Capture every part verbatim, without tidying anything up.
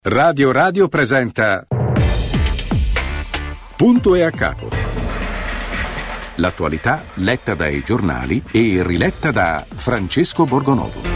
Radio Radio presenta Punto e a capo. L'attualità letta dai giornali e riletta da Francesco Borgonovo.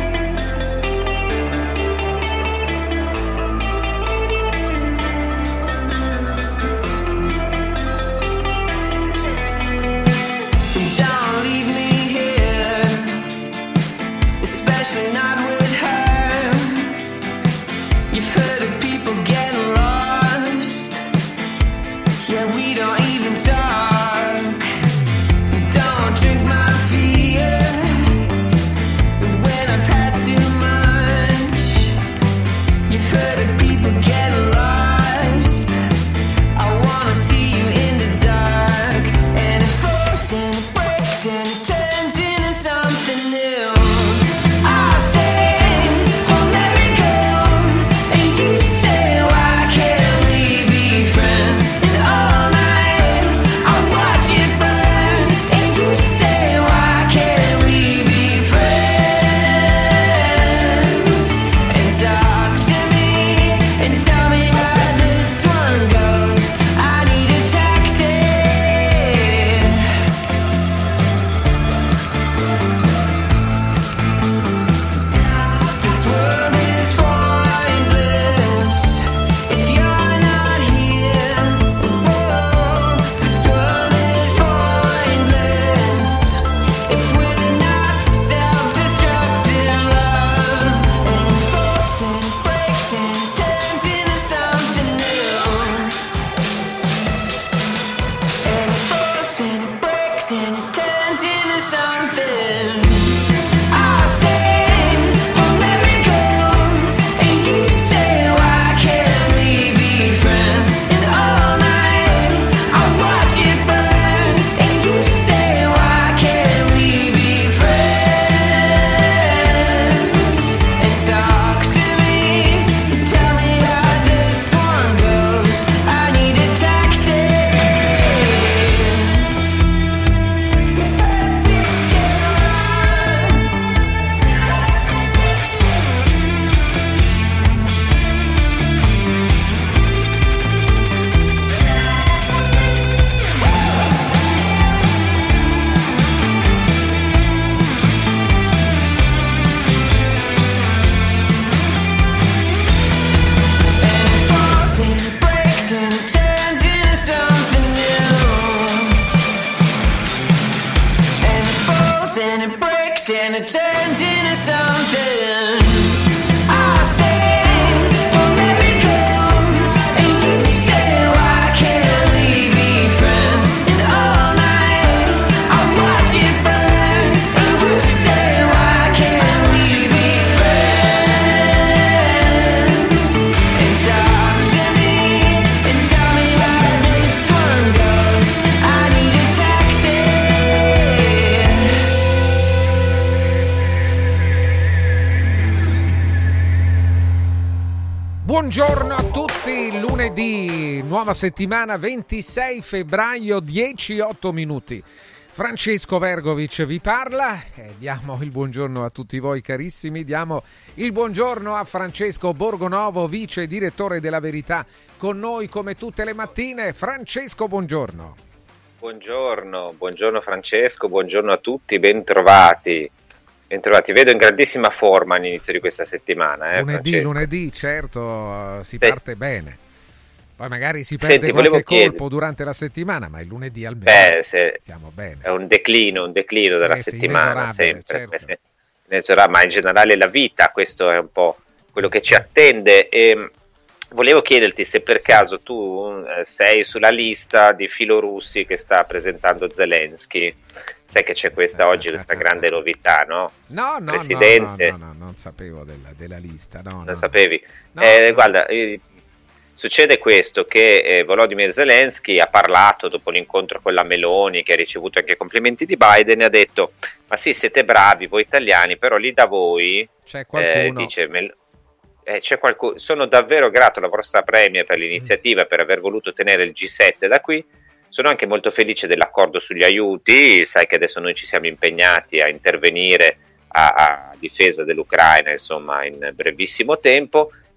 Buongiorno a tutti, lunedì, nuova settimana, ventisei febbraio, dieci e otto minuti. Francesco Vergovic vi parla e diamo il buongiorno a tutti voi carissimi, diamo il buongiorno a Francesco Borgonovo, vice direttore della Verità, con noi come tutte le mattine. Francesco, buongiorno. Buongiorno, buongiorno Francesco, buongiorno a tutti, bentrovati. Bentrovati, vedo in grandissima forma all'inizio di questa settimana. Eh, lunedì, Francesco. lunedì, certo, si sì. parte bene. Poi magari si perde Senti, qualche colpo chiedere. durante la settimana, ma il lunedì almeno Beh, se, stiamo bene. È un declino, un declino sì, della sì, settimana, sempre. Certo. Inesorabile, ma in generale la vita, questo è un po' quello che ci attende. E volevo chiederti se per caso tu eh, sei sulla lista di filorussi che sta presentando Zelensky. Sai che c'è questa oggi, questa grande novità, no? No, no, Presidente. no, no, no, no, non sapevo della, della lista. No, Non no, sapevi? No, eh, no. Guarda, eh, succede questo, che eh, Volodymyr Zelensky ha parlato dopo l'incontro con la Meloni, che ha ricevuto anche complimenti di Biden, e ha detto: ma sì, siete bravi voi italiani, però lì da voi c'è qualcuno. Eh, dice, Mel- eh, c'è qualcuno. Sono davvero grato alla vostra Premier per l'iniziativa, mm. per aver voluto tenere il G sette da qui. Sono anche molto felice dell'accordo sugli aiuti, sai che adesso noi ci siamo impegnati a intervenire a, a difesa dell'Ucraina, insomma, in brevissimo tempo,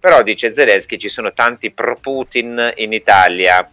Però dice Zelensky ci sono tanti pro Putin in Italia,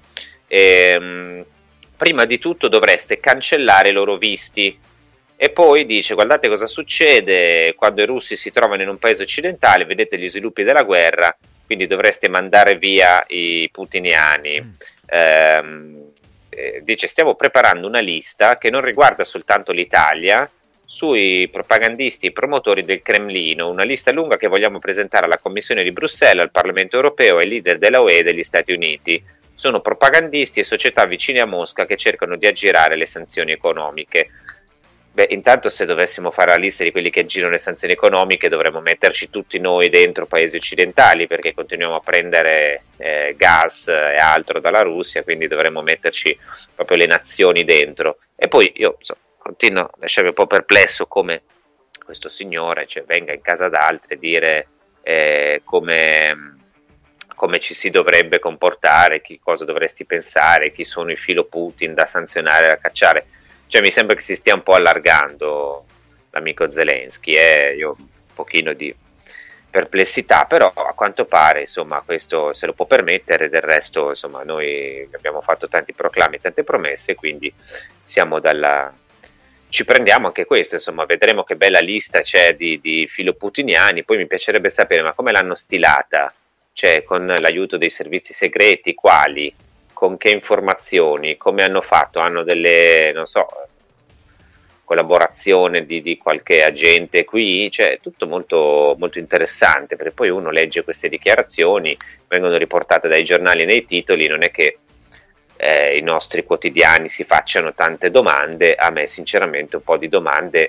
e, prima di tutto dovreste cancellare i loro visti. E poi dice guardate cosa succede quando i russi si trovano in un paese occidentale, vedete gli sviluppi della guerra, quindi dovreste mandare via i putiniani. Mm. Ehm, eh, dice stiamo preparando una lista che non riguarda soltanto l'Italia, sui propagandisti e promotori del Cremlino, una lista lunga che vogliamo presentare alla Commissione di Bruxelles, al Parlamento europeo e ai leader della U E e degli Stati Uniti. Sono propagandisti e società vicine a Mosca che cercano di aggirare le sanzioni economiche. Beh, intanto se dovessimo fare la lista di quelli che aggirano le sanzioni economiche dovremmo metterci tutti noi dentro paesi occidentali, perché continuiamo a prendere eh, gas e altro dalla Russia, quindi dovremmo metterci proprio le nazioni dentro. E poi io so, continuo a lasciarmi un po' perplesso come questo signore cioè, venga in casa d'altri e dire eh, come, come ci si dovrebbe comportare, chi cosa dovresti pensare, chi sono i filo Putin da sanzionare, da cacciare. Cioè mi sembra che si stia un po' allargando l'amico Zelensky, eh? Io ho un pochino di perplessità, però a quanto pare insomma questo se lo può permettere, del resto insomma noi abbiamo fatto tanti proclami, tante promesse, quindi siamo dalla... ci prendiamo anche questo, insomma vedremo che bella lista c'è di, di filoputiniani, poi mi piacerebbe sapere ma come l'hanno stilata, cioè con l'aiuto dei servizi segreti, quali? Con che informazioni, come hanno fatto, hanno delle, non so, collaborazione di, di qualche agente qui, cioè tutto molto, molto interessante, perché poi uno legge queste dichiarazioni, vengono riportate dai giornali nei titoli, non è che eh, i nostri quotidiani si facciano tante domande, a me sinceramente un po' di domande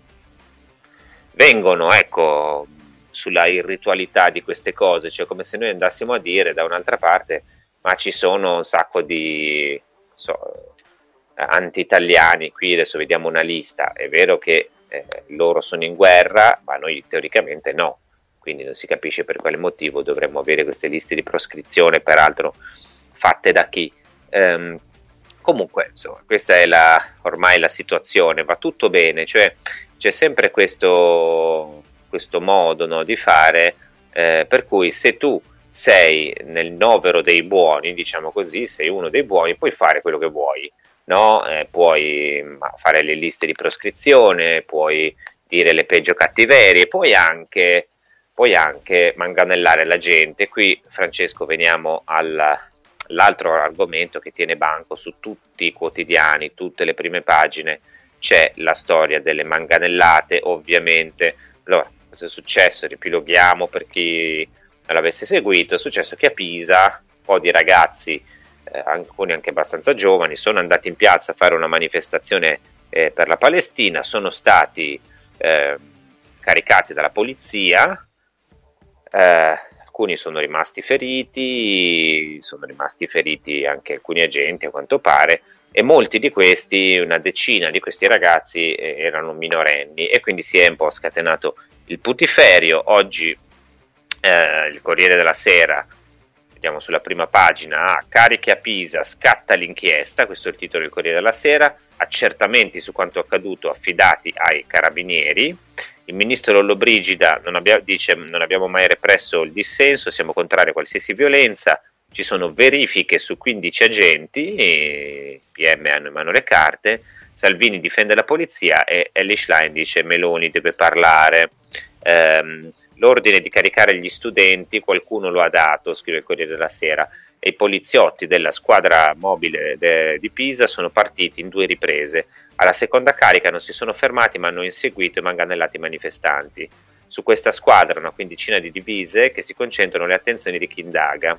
vengono, ecco, sulla irritualità di queste cose, cioè come se noi andassimo a dire da un'altra parte ma ci sono un sacco di so, anti-italiani, qui adesso vediamo una lista, è vero che eh, loro sono in guerra, ma noi teoricamente no, quindi non si capisce per quale motivo dovremmo avere queste liste di proscrizione, peraltro fatte da chi. Ehm, comunque, insomma, questa è la, ormai la situazione, va tutto bene, cioè c'è sempre questo, questo modo no, di fare, eh, per cui se tu sei nel novero dei buoni, diciamo così, sei uno dei buoni, puoi fare quello che vuoi, no? Eh, puoi fare le liste di proscrizione, puoi dire le peggio cattiverie, puoi anche, puoi anche manganellare la gente. Qui, Francesco, veniamo alla, all'altro argomento che tiene banco su tutti i quotidiani, tutte le prime pagine, c'è la storia delle manganellate, ovviamente. Allora, cosa è successo? Ripiloghiamo per chi non l'avesse seguito. È successo che a Pisa un po' di ragazzi, eh, alcuni anche abbastanza giovani, sono andati in piazza a fare una manifestazione eh, per la Palestina, sono stati eh, caricati dalla polizia, eh, alcuni sono rimasti feriti, sono rimasti feriti anche alcuni agenti a quanto pare, e molti di questi, una decina di questi ragazzi eh, erano minorenni, e quindi si è un po' scatenato il putiferio. Oggi Eh, il Corriere della Sera, vediamo sulla prima pagina, ah, carichi a Pisa, scatta l'inchiesta, questo è il titolo del Corriere della Sera, accertamenti su quanto accaduto affidati ai carabinieri, il ministro Lollobrigida non abbia, dice non abbiamo mai represso il dissenso, siamo contrari a qualsiasi violenza, ci sono verifiche su quindici agenti, i P M hanno in mano le carte, Salvini difende la polizia e Elly Schlein dice Meloni deve parlare. ehm, L'ordine di caricare gli studenti qualcuno lo ha dato, scrive il Corriere della Sera, e i poliziotti della squadra mobile de, di Pisa sono partiti in due riprese. Alla seconda carica non si sono fermati ma hanno inseguito e manganellato i manifestanti. Su questa squadra una quindicina di divise che si concentrano le attenzioni di chi indaga.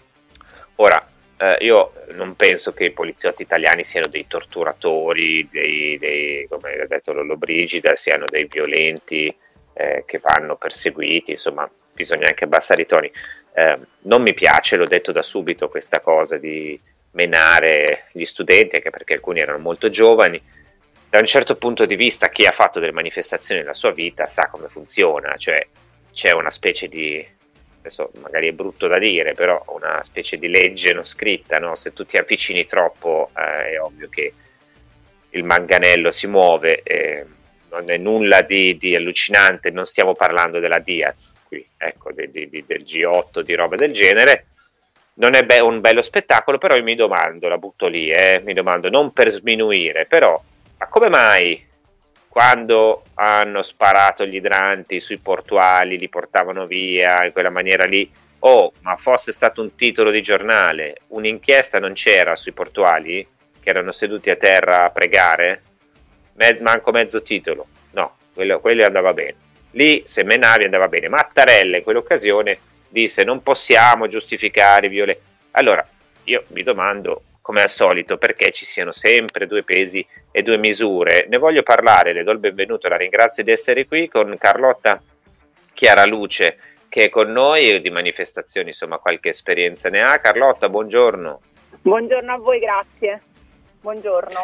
Ora, eh, io non penso che i poliziotti italiani siano dei torturatori, dei, dei come ha detto Lollobrigida, siano dei violenti, Eh, che vanno perseguiti, insomma bisogna anche abbassare i toni. Eh, non mi piace, l'ho detto da subito, questa cosa di menare gli studenti, anche perché alcuni erano molto giovani. Da un certo punto di vista chi ha fatto delle manifestazioni nella sua vita sa come funziona, cioè c'è una specie di, adesso magari è brutto da dire, però una specie di legge non scritta, no? Se tu ti avvicini troppo eh, è ovvio che il manganello si muove, eh, non è nulla di, di allucinante, non stiamo parlando della Diaz qui, ecco, di, di, del G otto, di roba del genere. Non è be- un bello spettacolo, però io mi domando, la butto lì, eh, mi domando, non per sminuire, però, ma come mai quando hanno sparato gli idranti sui portuali, li portavano via in quella maniera lì, oh, ma fosse stato un titolo di giornale, un'inchiesta non c'era sui portuali, che erano seduti a terra a pregare? Me- manco mezzo titolo, no, quello, quello andava bene. Lì se menavi andava bene. Mattarella in quell'occasione disse non possiamo giustificare viole. Allora io mi domando, come al solito, perché ci siano sempre due pesi e due misure. Ne voglio parlare, le do il benvenuto, la ringrazio di essere qui con Carlotta Chiaraluce che è con noi e di manifestazioni insomma qualche esperienza ne ha. Carlotta, buongiorno. Buongiorno a voi, grazie. Buongiorno.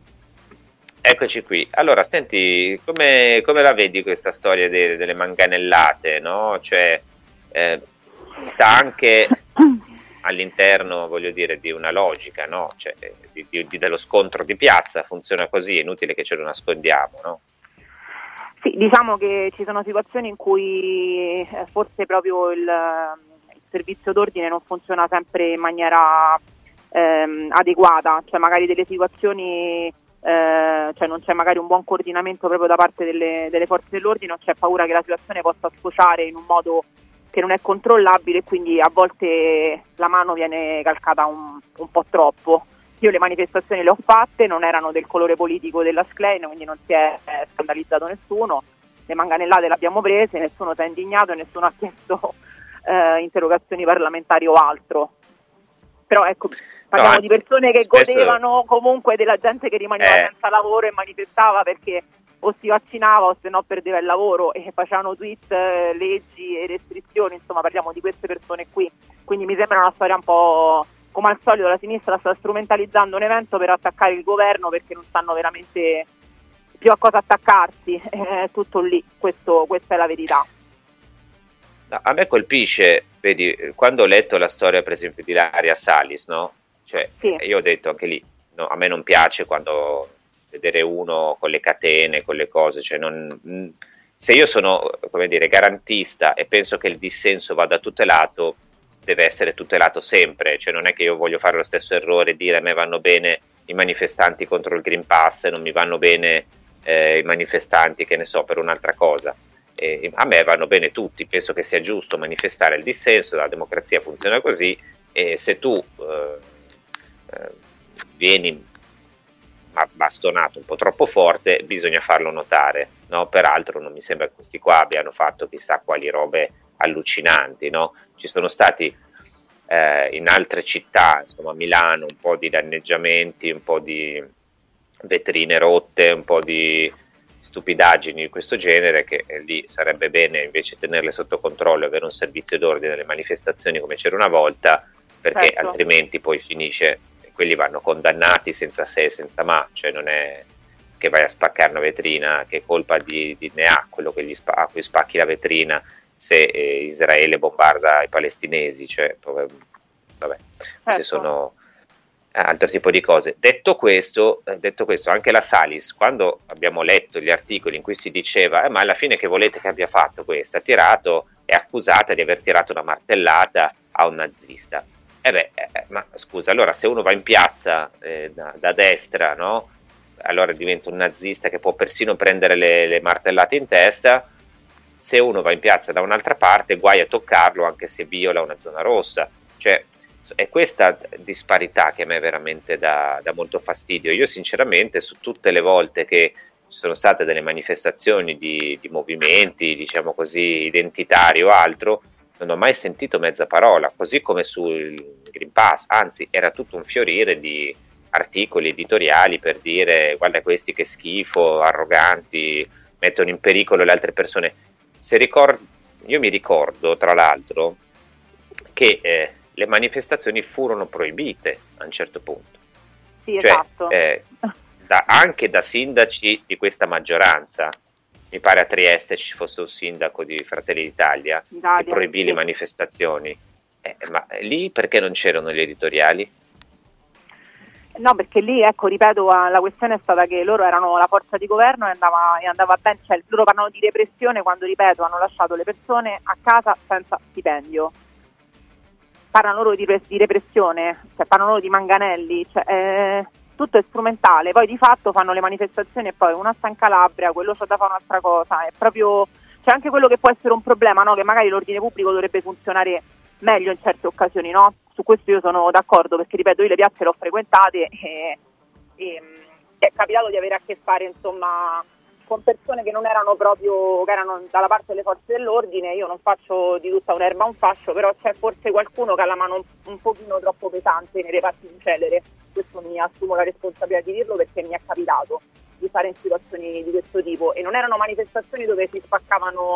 Eccoci qui. Allora, senti, come, come la vedi questa storia de, delle manganellate, no? Cioè, eh, sta anche all'interno, voglio dire, di una logica, no? Cioè, di, di, di, dello scontro di piazza, funziona così, è inutile che ce lo nascondiamo, no? Sì, diciamo che ci sono situazioni in cui eh, forse proprio il, il servizio d'ordine non funziona sempre in maniera ehm, adeguata, cioè magari delle situazioni... Eh, cioè non c'è magari un buon coordinamento proprio da parte delle, delle forze dell'ordine, o c'è paura che la situazione possa sfociare in un modo che non è controllabile e quindi a volte la mano viene calcata un, un po' troppo. Io le manifestazioni le ho fatte, non erano del colore politico della Schlein, quindi non si è eh, scandalizzato nessuno, le manganellate le abbiamo prese, nessuno si è indignato e nessuno ha chiesto eh, interrogazioni parlamentari o altro. Però ecco, parliamo no, di persone che spesso... godevano comunque della gente che rimaneva eh. senza lavoro e manifestava perché o si vaccinava o se no perdeva il lavoro e facevano tweet, eh, leggi e restrizioni, insomma parliamo di queste persone qui. Quindi mi sembra una storia un po' come al solito la sinistra sta strumentalizzando un evento per attaccare il governo perché non sanno veramente più a cosa attaccarsi, è tutto lì, questo, questa è la verità. No, a me colpisce, vedi, quando ho letto la storia per esempio di Ilaria Salis, no? Cioè, sì. Io ho detto anche lì, no, a me non piace quando vedere uno con le catene, con le cose, cioè non, se io sono, come dire, garantista e penso che il dissenso vada tutelato, deve essere tutelato sempre, cioè non è che io voglio fare lo stesso errore e dire a me vanno bene i manifestanti contro il Green Pass e non mi vanno bene eh, i manifestanti, che ne so, per un'altra cosa. E a me vanno bene tutti, penso che sia giusto manifestare il dissenso, la democrazia funziona così e se tu eh, eh, vieni bastonato un po' troppo forte bisogna farlo notare, no? Peraltro non mi sembra che questi qua abbiano fatto chissà quali robe allucinanti, no? Ci sono stati eh, in altre città, insomma a Milano, un po' di danneggiamenti, un po' di vetrine rotte, un po' di stupidaggini di questo genere che eh, lì sarebbe bene invece tenerle sotto controllo e avere un servizio d'ordine nelle manifestazioni come c'era una volta, perché certo. Altrimenti poi finisce, quelli vanno condannati senza se e senza ma, cioè non è che vai a spaccare una vetrina, che colpa di, di ne ha quello che gli spa, a cui spacchi la vetrina se eh, Israele bombarda i palestinesi, cioè vabbè, questi certo. sono altro tipo di cose. Detto questo, eh, detto questo, anche la Salis, quando abbiamo letto gli articoli in cui si diceva eh, ma alla fine che volete che abbia fatto questa? Ha tirato, è accusata di aver tirato una martellata a un nazista. Eh beh, eh, ma scusa, allora se uno va in piazza eh, da, da destra, no? Allora diventa un nazista che può persino prendere le, le martellate in testa. Se uno va in piazza da un'altra parte, guai a toccarlo anche se viola una zona rossa. Cioè, è questa disparità che a me veramente dà, dà molto fastidio. Io sinceramente su tutte le volte che ci sono state delle manifestazioni di, di movimenti, diciamo così, identitari o altro, non ho mai sentito mezza parola, così come sul Green Pass, anzi era tutto un fiorire di articoli editoriali per dire guarda questi che schifo, arroganti, mettono in pericolo le altre persone. Se ricordo, io mi ricordo tra l'altro che eh, le manifestazioni furono proibite a un certo punto. Sì, cioè, esatto. Eh, da, anche da sindaci di questa maggioranza, mi pare a Trieste ci fosse un sindaco di Fratelli d'Italia Italia, che proibì sì. le manifestazioni. Eh, ma lì perché non c'erano gli editoriali? No, perché lì, ecco, ripeto, la questione è stata che loro erano la forza di governo e andava, e andava bene, cioè loro parlano di repressione quando, ripeto, hanno lasciato le persone a casa senza stipendio. Parlano loro di, di repressione, cioè parlano loro di manganelli, cioè, eh, tutto è strumentale. Poi di fatto fanno le manifestazioni e poi una sta in Calabria, quello c'ha da fare un'altra cosa. È proprio, c'è anche quello che può essere un problema, no? Che magari l'ordine pubblico dovrebbe funzionare meglio in certe occasioni, no? Su questo io sono d'accordo, perché ripeto, io le piazze le ho frequentate e, e è capitato di avere a che fare, insomma, con persone che non erano proprio, che erano dalla parte delle forze dell'ordine. Io non faccio di tutta un'erba un fascio, però c'è forse qualcuno che ha la mano un, un pochino troppo pesante nei reparti di Celere. Questo mi assumo la responsabilità di dirlo, perché mi è capitato di fare in situazioni di questo tipo, e non erano manifestazioni dove si spaccavano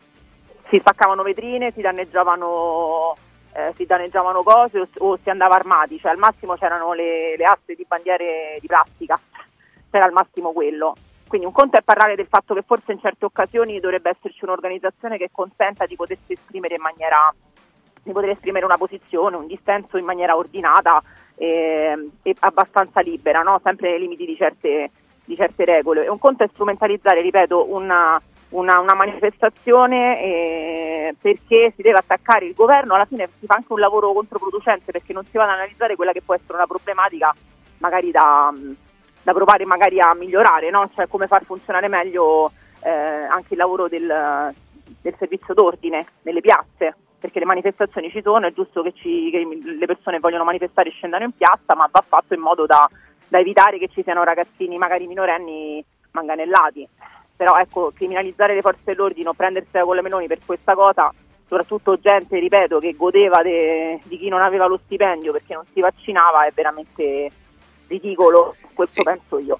si spaccavano vetrine, si danneggiavano eh, si danneggiavano cose o, o si andava armati, cioè al massimo c'erano le, le aste di bandiere di plastica, c'era al massimo quello. Quindi un conto è parlare del fatto che forse in certe occasioni dovrebbe esserci un'organizzazione che consenta di potersi esprimere in maniera, di poter esprimere una posizione, un dissenso in maniera ordinata e, e abbastanza libera, no? Sempre nei limiti di certe, di certe regole. E un conto è strumentalizzare, ripeto, una Una, una manifestazione eh, perché si deve attaccare il governo. Alla fine si fa anche un lavoro controproducente, perché non si va ad analizzare quella che può essere una problematica magari da, da provare magari a migliorare, no? Cioè come far funzionare meglio eh, anche il lavoro del, del servizio d'ordine nelle piazze, perché le manifestazioni ci sono, è giusto che, ci, che le persone vogliono manifestare e scendano in piazza, ma va fatto in modo da, da evitare che ci siano ragazzini magari minorenni manganellati. Però ecco, criminalizzare le forze dell'ordine o prendersela con le Meloni per questa cosa, soprattutto gente, ripeto, che godeva de, di chi non aveva lo stipendio perché non si vaccinava, è veramente ridicolo. Questo sì, penso io.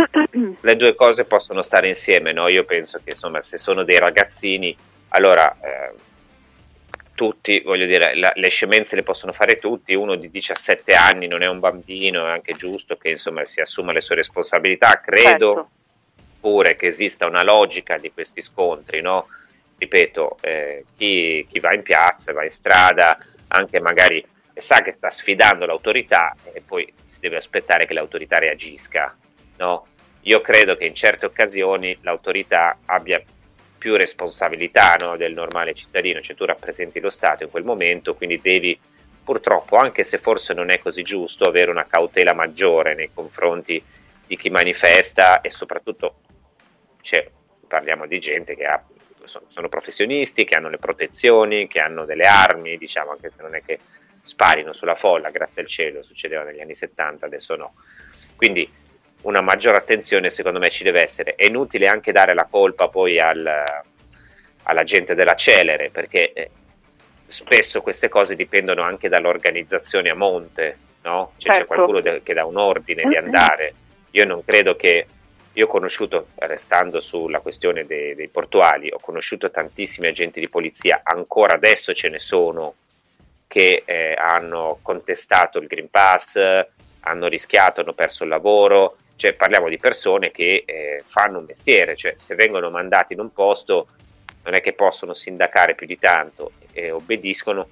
Le due cose possono stare insieme, no? Io penso che insomma, se sono dei ragazzini, allora eh, tutti, voglio dire, la, le scemenze le possono fare tutti. Uno di diciassette anni non è un bambino, è anche giusto che insomma si assuma le sue responsabilità, credo. Certo. Pure che esista una logica di questi scontri, no? Ripeto, eh, chi, chi va in piazza, va in strada, anche magari sa che sta sfidando l'autorità e poi si deve aspettare che l'autorità reagisca, no? Io credo che in certe occasioni l'autorità abbia più responsabilità, no, del normale cittadino, cioè tu rappresenti lo Stato in quel momento, quindi devi purtroppo, anche se forse non è così giusto, avere una cautela maggiore nei confronti di chi manifesta, e soprattutto cioè, parliamo di gente che ha, sono, sono professionisti, che hanno le protezioni, che hanno delle armi, diciamo, anche se non è che sparino sulla folla, grazie al cielo, succedeva negli anni settanta, adesso no. Quindi una maggiore attenzione secondo me ci deve essere. È inutile anche dare la colpa poi al, alla gente della Celere, perché eh, spesso queste cose dipendono anche dall'organizzazione a monte, no? Cioè, certo. C'è qualcuno de- che dà un ordine di andare. Io non credo che, io ho conosciuto, restando sulla questione dei, dei portuali, ho conosciuto tantissimi agenti di polizia, ancora adesso ce ne sono, che eh, hanno contestato il Green Pass, hanno rischiato, hanno perso il lavoro, cioè parliamo di persone che eh, fanno un mestiere, cioè se vengono mandati in un posto non è che possono sindacare più di tanto e obbediscono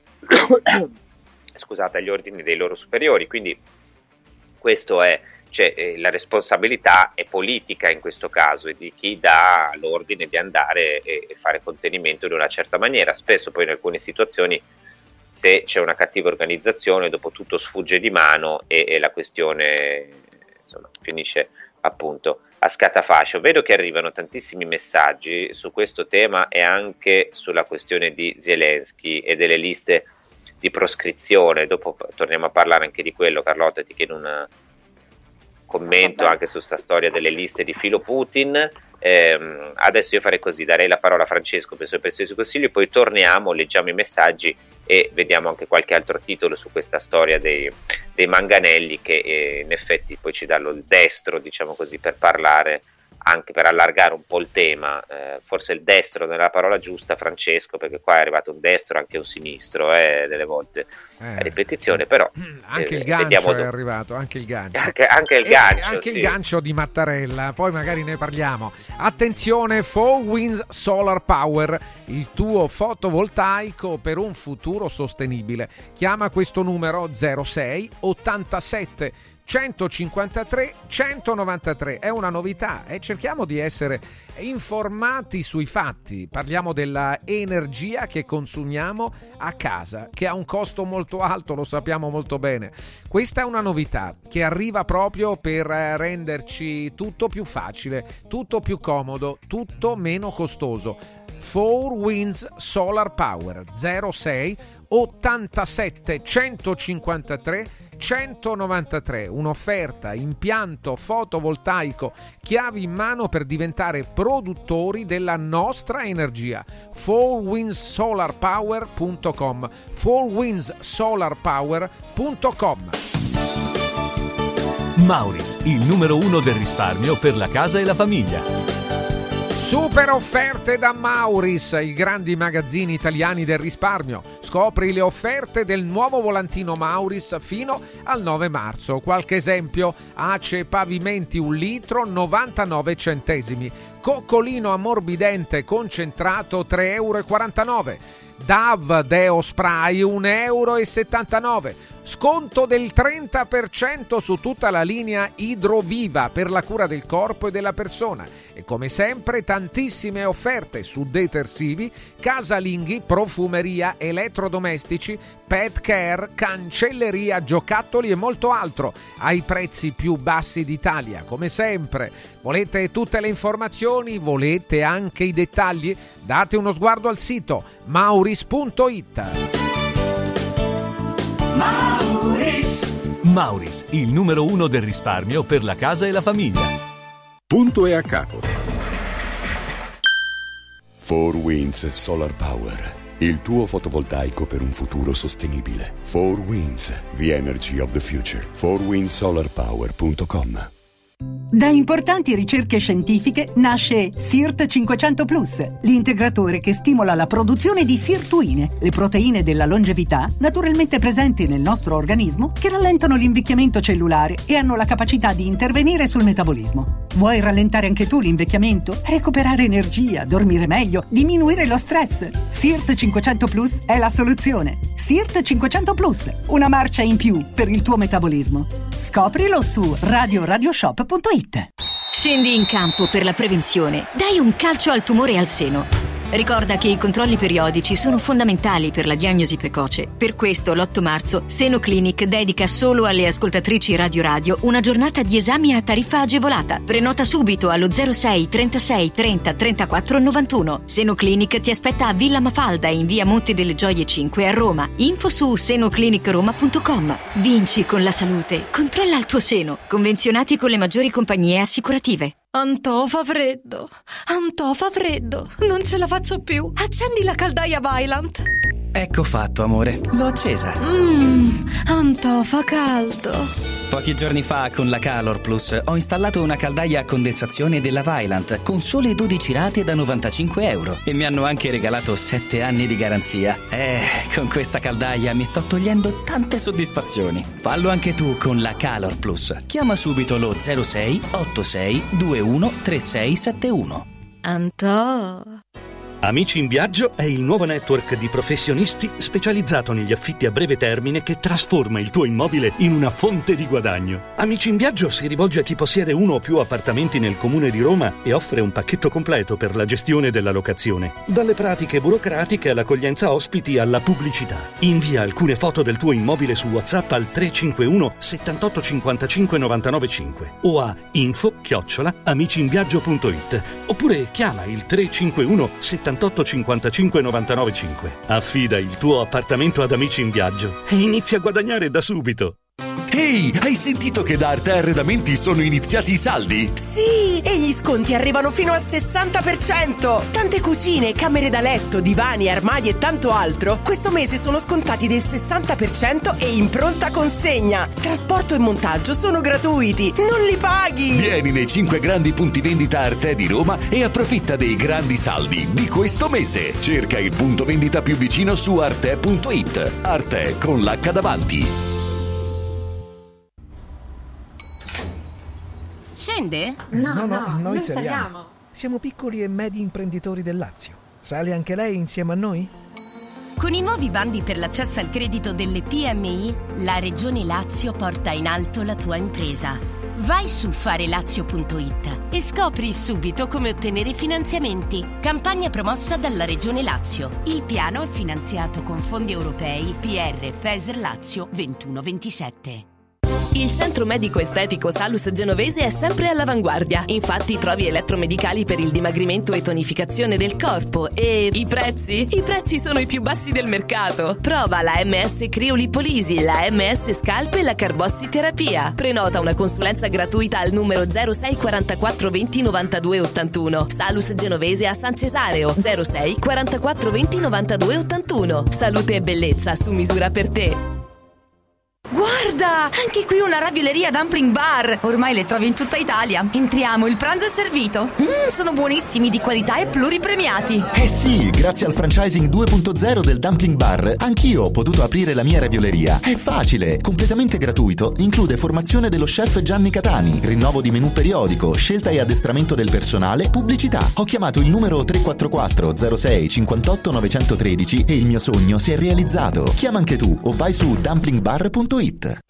scusate, agli ordini dei loro superiori, quindi questo è, cioè, eh, la responsabilità è politica in questo caso, e di chi dà l'ordine di andare e, e fare contenimento in una certa maniera. Spesso poi in alcune situazioni, se c'è una cattiva organizzazione, dopo tutto sfugge di mano e, e la questione insomma finisce appunto a scatafascio. Vedo che arrivano tantissimi messaggi su questo tema e anche sulla questione di Zelensky e delle liste di proscrizione. Dopo torniamo a parlare anche di quello. Carlotta, ti chiedo un commento anche su sta storia delle liste di filo Putin. Eh, adesso io farei così, darei la parola a Francesco per i suoi preziosi consigli, poi torniamo, leggiamo i messaggi e vediamo anche qualche altro titolo su questa storia dei, dei manganelli, che eh, in effetti poi ci dà il destro, diciamo così, per parlare, anche per allargare un po' il tema. Eh, forse il destro non è la parola giusta, Francesco, perché qua è arrivato un destro e anche un sinistro eh, delle volte eh, a ripetizione, però anche eh, il gancio è dopo. arrivato, anche il gancio anche, anche il gancio, anche sì. il gancio di Mattarella, poi magari ne parliamo. Attenzione, four winds Solar Power, il tuo fotovoltaico per un futuro sostenibile. Chiama questo numero zero sei ottantasette centocinquantatré centonovantatré. È una novità e cerchiamo di essere informati sui fatti. Parliamo della energia che consumiamo a casa, che ha un costo molto alto, lo sappiamo molto bene. Questa è una novità che arriva proprio per renderci tutto più facile, tutto più comodo, tutto meno costoso. Four Winds Solar Power zero sei ottantasette centocinquantatré centonovantatré, un'offerta, impianto fotovoltaico, chiavi in mano per diventare produttori della nostra energia. four winds solar power punto com four winds solar power punto com. Mauris, il numero uno del risparmio per la casa e la famiglia. Super offerte da Mauris, i grandi magazzini italiani del risparmio. Scopri le offerte del nuovo volantino Mauris fino al nove marzo. Qualche esempio: Ace Pavimenti un litro novantanove centesimi, coccolino ammorbidente concentrato tre virgola quarantanove euro, Dove Deo Spray un virgola settantanove euro. Sconto del trenta per cento su tutta la linea Idroviva per la cura del corpo e della persona. E come sempre tantissime offerte su detersivi, casalinghi, profumeria, elettrodomestici, pet care, cancelleria, giocattoli e molto altro ai prezzi più bassi d'Italia. Come sempre, volete tutte le informazioni? Volete anche i dettagli? Date uno sguardo al sito mauris punto it. Mauris. Mauris, il numero uno del risparmio per la casa e la famiglia. Punto e a capo. Four Winds Solar Power, il tuo fotovoltaico per un futuro sostenibile. Four Winds, the energy of the future. four winds solar power punto com. Da importanti ricerche scientifiche nasce SIRT cinquecento plus, l'integratore che stimola la produzione di sirtuine, le proteine della longevità naturalmente presenti nel nostro organismo che rallentano l'invecchiamento cellulare e hanno la capacità di intervenire sul metabolismo. Vuoi rallentare anche tu l'invecchiamento? Recuperare energia, dormire meglio, diminuire lo stress? SIRT cinquecento plus è la soluzione. SIRT cinquecento plus, una marcia in più per il tuo metabolismo. Scoprilo su radio radioshop punto it. Scendi in campo per la prevenzione. Dai un calcio al tumore al seno. Ricorda che i controlli periodici sono fondamentali per la diagnosi precoce. Per questo l'otto marzo Seno Clinic dedica solo alle ascoltatrici Radio Radio una giornata di esami a tariffa agevolata. Prenota subito allo zero sei trentasei trenta trentaquattro novantuno. Seno Clinic ti aspetta a Villa Mafalda in via Monte delle Gioie cinque a Roma. Info su seno clinic roma punto com. Vinci con la salute. Controlla il tuo seno. Convenzionati con le maggiori compagnie assicurative. Antò fa freddo, Antò fa freddo, non ce la faccio più. Accendi la caldaia Vaillant. Ecco fatto, amore, l'ho accesa. Mmm, Antò fa caldo. Pochi giorni fa con la Calor Plus ho installato una caldaia a condensazione della Vaillant con sole dodici rate da novantacinque euro e mi hanno anche regalato sette anni di garanzia. Eh, con questa caldaia mi sto togliendo tante soddisfazioni. Fallo anche tu con la Calor Plus. Chiama subito lo zero sei ottantasei ventuno trentasei settantuno. Antò. Amici in Viaggio è il nuovo network di professionisti specializzato negli affitti a breve termine che trasforma il tuo immobile in una fonte di guadagno. Amici in Viaggio si rivolge a chi possiede uno o più appartamenti nel comune di Roma e offre un pacchetto completo per la gestione della locazione. Dalle pratiche burocratiche all'accoglienza ospiti alla pubblicità. Invia alcune foto del tuo immobile su WhatsApp al tre cinque uno settantotto cinquantacinque novantanove cinque o a info chiocciola amicinviaggio punto it oppure chiama il tre cinque uno settantotto cinquantacinque novantanove cinque. Affida il tuo appartamento ad Amici in Viaggio e inizia a guadagnare da subito. Ehi, hai sentito che da Arte Arredamenti sono iniziati i saldi? Sì, e gli sconti arrivano fino al sessanta per cento. Tante cucine, camere da letto, divani, armadi e tanto altro questo mese sono scontati del sessanta per cento e in pronta consegna. Trasporto e montaggio sono gratuiti, non li paghi. Vieni nei cinque grandi punti vendita Arte di Roma e approfitta dei grandi saldi di questo mese. Cerca il punto vendita più vicino su arte punto it. Arte con l'H davanti. Scende? No, no, no, noi, noi saliamo. saliamo. Siamo piccoli e medi imprenditori del Lazio. Sale anche lei insieme a noi? Con i nuovi bandi per l'accesso al credito delle P M I, la Regione Lazio porta in alto la tua impresa. Vai su farelazio punto it e scopri subito come ottenere finanziamenti. Campagna promossa dalla Regione Lazio. Il piano è finanziato con fondi europei P R FESR Lazio ventuno ventisette. Il centro medico estetico Salus Genovese è sempre all'avanguardia. Infatti trovi elettromedicali per il dimagrimento e tonificazione del corpo. E i prezzi? I prezzi sono i più bassi del mercato. Prova la M S Criolipolisi, la M S Scalp e la Carbossiterapia. Prenota una consulenza gratuita al numero zero sei quarantaquattro venti novantadue ottantuno. Salus Genovese a San Cesareo zero sei quarantaquattro venti novantadue ottantuno. Salute e bellezza su misura per te. Guarda, anche qui una ravioleria dumpling bar. Ormai le trovi in tutta Italia. Entriamo, il pranzo è servito. Mmm, sono buonissimi, di qualità e pluripremiati. Eh sì, grazie al franchising due punto zero del dumpling bar, anch'io ho potuto aprire la mia ravioleria. È facile, completamente gratuito, include formazione dello chef Gianni Catani, rinnovo di menù periodico, scelta e addestramento del personale, pubblicità. Ho chiamato il numero tre quattro quattro zero sei cinquantotto novecentotredici e il mio sogno si è realizzato. Chiama anche tu o vai su dumpling bar punto it. Silenzio!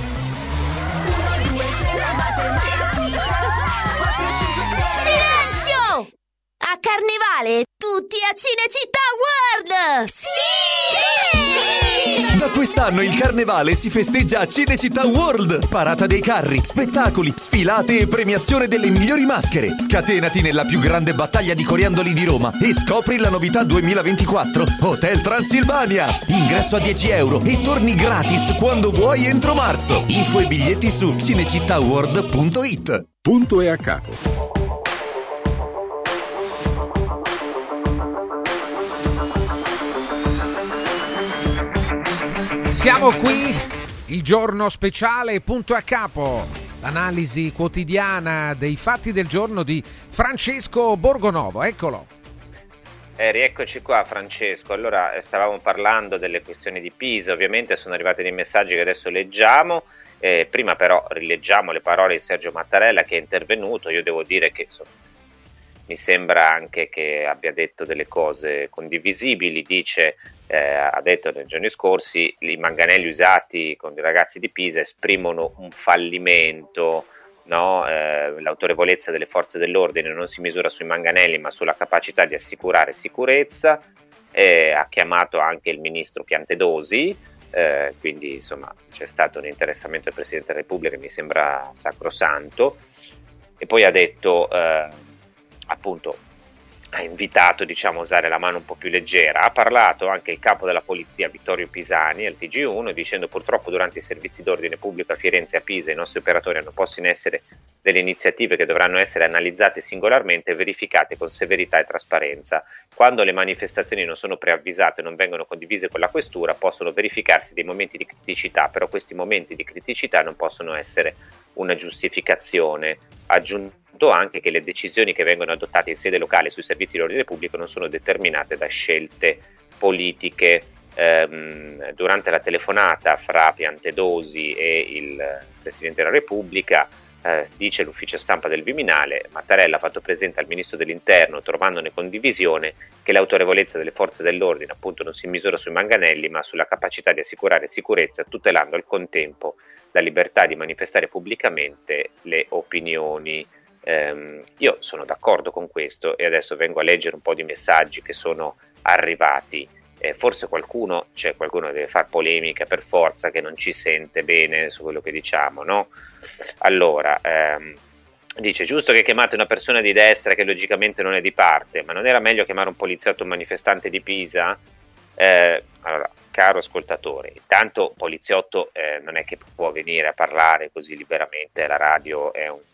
A Carnevale tutti a Cinecittà World! Sì! Da quest'anno il Carnevale si festeggia a Cinecittà World. Parata dei carri, spettacoli, sfilate e premiazione delle migliori maschere. Scatenati nella più grande battaglia di coriandoli di Roma e scopri la novità duemilaventiquattro Hotel Transilvania. Ingresso a dieci euro e torni gratis quando vuoi entro marzo. Info e biglietti su cinecittàworld punto it. Punto e a capo. Siamo qui, il giorno speciale Punto a capo, l'analisi quotidiana dei fatti del giorno di Francesco Borgonovo, eccolo. Eh, rieccoci qua Francesco, allora stavamo parlando delle questioni di Pisa, ovviamente sono arrivati dei messaggi che adesso leggiamo, eh, prima però rileggiamo le parole di Sergio Mattarella che è intervenuto. Io devo dire che insomma, mi sembra anche che abbia detto delle cose condivisibili, dice... Eh, ha detto nei giorni scorsi i manganelli usati con i ragazzi di Pisa esprimono un fallimento, no? eh, l'autorevolezza delle forze dell'ordine non si misura sui manganelli ma sulla capacità di assicurare sicurezza. Eh, ha chiamato anche il ministro Piantedosi, eh, quindi insomma c'è stato un interessamento del Presidente della Repubblica che mi sembra sacrosanto, e poi ha detto eh, appunto ha invitato diciamo a usare la mano un po' più leggera. Ha parlato anche il capo della polizia Vittorio Pisani al T G uno dicendo: purtroppo durante i servizi d'ordine pubblico a Firenze e a Pisa i nostri operatori hanno posto in essere delle iniziative che dovranno essere analizzate singolarmente e verificate con severità e trasparenza. Quando le manifestazioni non sono preavvisate e non vengono condivise con la questura possono verificarsi dei momenti di criticità, però questi momenti di criticità non possono essere una giustificazione. Ha aggiunto anche che le decisioni che vengono adottate in sede locale sui servizi di ordine pubblico non sono determinate da scelte politiche. Ehm, durante la telefonata fra Piantedosi e il Presidente della Repubblica, eh, dice l'ufficio stampa del Viminale, Mattarella ha fatto presente al Ministro dell'Interno, trovandone condivisione, che l'autorevolezza delle forze dell'ordine appunto non si misura sui manganelli ma sulla capacità di assicurare sicurezza, tutelando al contempo la libertà di manifestare pubblicamente le opinioni. Um, io sono d'accordo con questo e adesso vengo a leggere un po' di messaggi che sono arrivati. Eh, forse qualcuno, cioè qualcuno deve far polemica per forza, che non ci sente bene su quello che diciamo, no? Allora, um, dice: giusto che chiamate una persona di destra che logicamente non è di parte, ma non era meglio chiamare un poliziotto o un manifestante di Pisa? Eh, allora, caro ascoltatore, intanto poliziotto eh, non è che può venire a parlare così liberamente, la radio è un...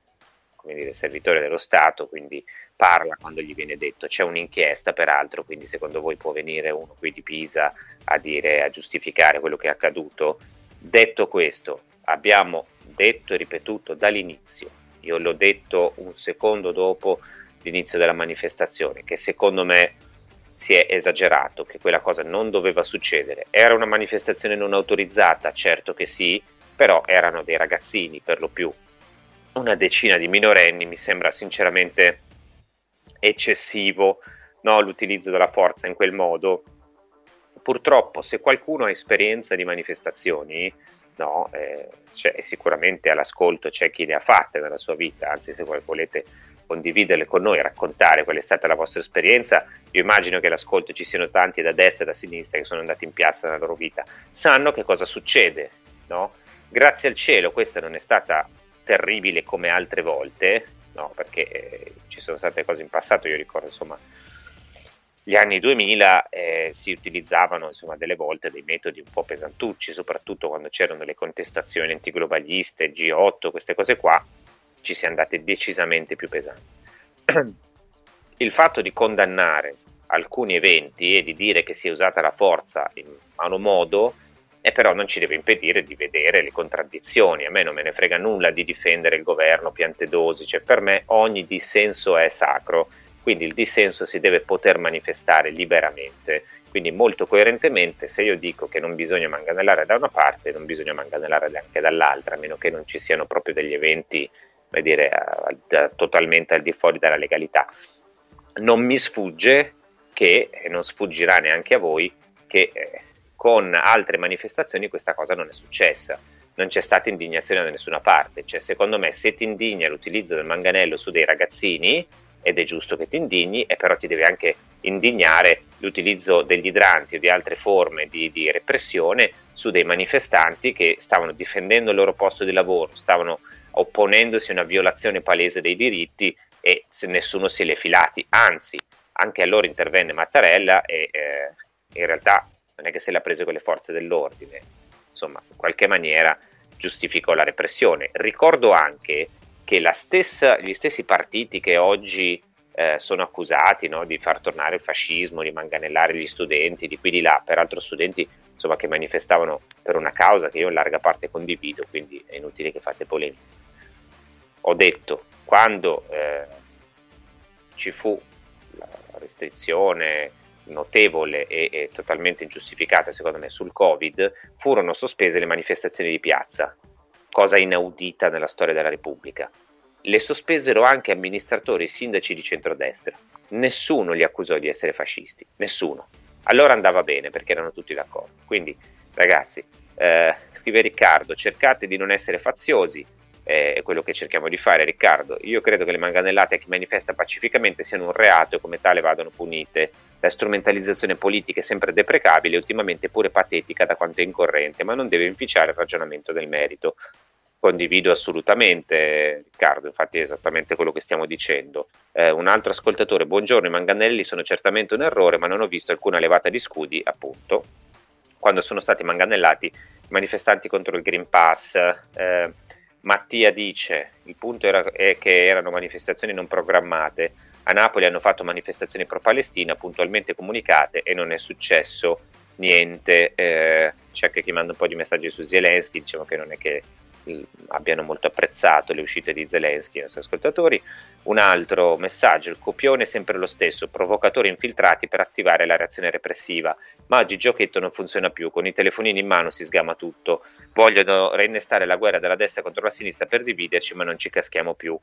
come dire, servitore dello Stato, quindi parla quando gli viene detto. C'è un'inchiesta peraltro, quindi secondo voi può venire uno qui di Pisa a dire, a giustificare quello che è accaduto? Detto questo, abbiamo detto e ripetuto dall'inizio, io l'ho detto un secondo dopo l'inizio della manifestazione, che secondo me si è esagerato, che quella cosa non doveva succedere. Era una manifestazione non autorizzata, certo che sì, però erano dei ragazzini per lo più, una decina di minorenni. Mi sembra sinceramente eccessivo, no, l'utilizzo della forza in quel modo, purtroppo se qualcuno ha esperienza di manifestazioni, no, eh, cioè, sicuramente all'ascolto c'è chi le ha fatte nella sua vita, anzi se voi volete condividerle con noi, raccontare qual è stata la vostra esperienza, io immagino che all'ascolto ci siano tanti da destra e da sinistra che sono andati in piazza nella loro vita, sanno che cosa succede, no? Grazie al cielo questa non è stata terribile come altre volte, no, perché eh, ci sono state cose in passato, io ricordo insomma gli anni duemila eh, si utilizzavano insomma delle volte dei metodi un po' pesantucci, soprattutto quando c'erano le contestazioni antiglobaliste, G otto, queste cose qua, ci si è andate decisamente più pesanti. Il fatto di condannare alcuni eventi e di dire che si è usata la forza in malo modo, e però non ci deve impedire di vedere le contraddizioni. A me non me ne frega nulla di difendere il governo Piantedosi, cioè per me ogni dissenso è sacro, quindi il dissenso si deve poter manifestare liberamente, quindi molto coerentemente se io dico che non bisogna manganellare da una parte, non bisogna manganellare anche dall'altra, a meno che non ci siano proprio degli eventi, come dire, a, a, totalmente al di fuori della legalità. Non mi sfugge che, e non sfuggirà neanche a voi, che eh, con altre manifestazioni questa cosa non è successa, non c'è stata indignazione da nessuna parte, cioè secondo me se ti indigna l'utilizzo del manganello su dei ragazzini, ed è giusto che ti indigni, e però ti deve anche indignare l'utilizzo degli idranti o di altre forme di, di repressione su dei manifestanti che stavano difendendo il loro posto di lavoro, stavano opponendosi a una violazione palese dei diritti e se nessuno se li è filati, anzi anche allora intervenne Mattarella e eh, in realtà non è che se l'ha preso con le forze dell'ordine, insomma in qualche maniera giustificò la repressione. Ricordo anche che la stessa, gli stessi partiti che oggi eh, sono accusati, no, di far tornare il fascismo, di manganellare gli studenti, di qui di là, peraltro studenti insomma, che manifestavano per una causa che io in larga parte condivido, quindi è inutile che fate polemica. Ho detto, quando eh, ci fu la restrizione notevole e, e totalmente ingiustificata secondo me sul Covid, furono sospese le manifestazioni di piazza, cosa inaudita nella storia della Repubblica. Le sospesero anche amministratori e sindaci di centrodestra. Nessuno li accusò di essere fascisti, nessuno. Allora andava bene perché erano tutti d'accordo. Quindi ragazzi, eh, scrive Riccardo, cercate di non essere faziosi, eh, è quello che cerchiamo di fare. Riccardo, io credo che le manganellate a chi manifesta pacificamente siano un reato e come tale vadano punite. La strumentalizzazione politica è sempre deprecabile e ultimamente pure patetica da quanto è incorrente, ma non deve inficiare il ragionamento del merito. Condivido assolutamente, Riccardo, infatti è esattamente quello che stiamo dicendo. Eh, un altro ascoltatore, buongiorno, i manganelli sono certamente un errore, ma non ho visto alcuna levata di scudi, appunto, quando sono stati manganellati i manifestanti contro il Green Pass. Eh, Mattia dice, il punto era, è che erano manifestazioni non programmate, a Napoli hanno fatto manifestazioni pro-Palestina puntualmente comunicate e non è successo niente. Eh, c'è anche chi manda un po' di messaggi su Zelensky, diciamo che non è che abbiano molto apprezzato le uscite di Zelensky i nostri ascoltatori. Un altro messaggio, il copione è sempre lo stesso, provocatori infiltrati per attivare la reazione repressiva, ma oggi il giochetto non funziona più, con i telefonini in mano si sgama tutto, vogliono reinnestare la guerra della destra contro la sinistra per dividerci, ma non ci caschiamo più.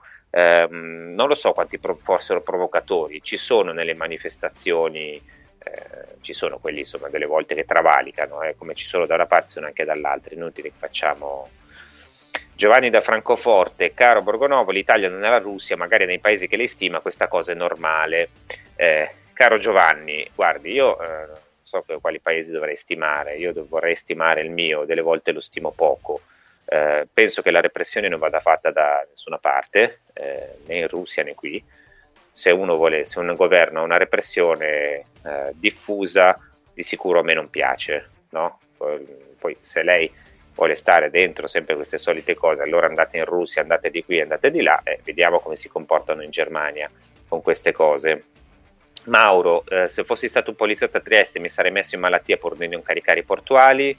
Ehm, non lo so quanti pro- fossero provocatori, ci sono nelle manifestazioni, eh, ci sono quelli insomma delle volte che travalicano, eh, come ci sono da una parte sono anche dall'altra, inutile che facciamo. Giovanni da Francoforte, caro Borgonovo, l'Italia non è la Russia, magari nei paesi che lei stima questa cosa è normale. Eh, caro Giovanni, guardi, io eh, non so quali paesi dovrei stimare, io vorrei stimare il mio, delle volte lo stimo poco. Eh, penso che la repressione non vada fatta da nessuna parte, eh, né in Russia né qui. Se uno vuole, se un governo ha una repressione eh, diffusa, di sicuro a me non piace, no? Poi, poi se lei vuole stare dentro sempre queste solite cose, allora andate in Russia, andate di qui, andate di là e vediamo come si comportano in Germania con queste cose. Mauro, eh, se fossi stato un poliziotto a Trieste mi sarei messo in malattia pur di non caricare i portuali.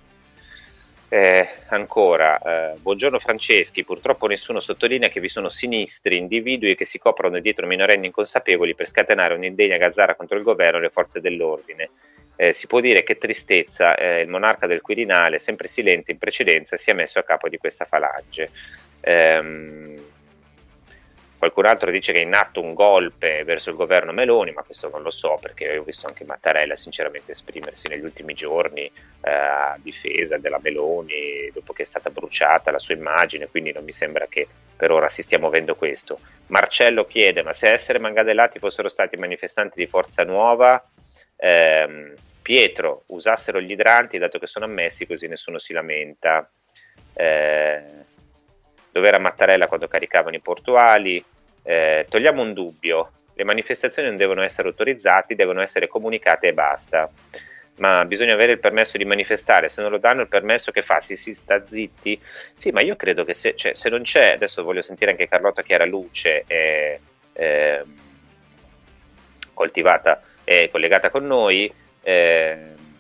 Eh, ancora, eh, buongiorno Franceschi, purtroppo nessuno sottolinea che vi sono sinistri individui che si coprono dietro minorenni inconsapevoli per scatenare un'indegna gazzara contro il governo e le forze dell'ordine. Eh, si può dire che tristezza, eh, il monarca del Quirinale, sempre silente in precedenza, si è messo a capo di questa falange. Ehm, qualcun altro dice che è in atto un golpe verso il governo Meloni, ma questo non lo so, perché ho visto anche Mattarella sinceramente esprimersi negli ultimi giorni eh, a difesa della Meloni dopo che è stata bruciata la sua immagine, quindi non mi sembra che per ora si stia muovendo questo. Marcello chiede: ma se a essere manganellati fossero stati manifestanti di Forza Nuova, ehm, Pietro, usassero gli idranti dato che sono ammessi, così nessuno si lamenta. Eh, dove era Mattarella quando caricavano i portuali? Eh, togliamo un dubbio: le manifestazioni non devono essere autorizzate, devono essere comunicate e basta. Ma bisogna avere il permesso di manifestare, se non lo danno il permesso che fa? Si, si sta zitti? Sì, ma io credo che se, cioè, se non c'è, adesso voglio sentire anche Carlotta Chiaraluce, è, è coltivata, è collegata con noi. Eh,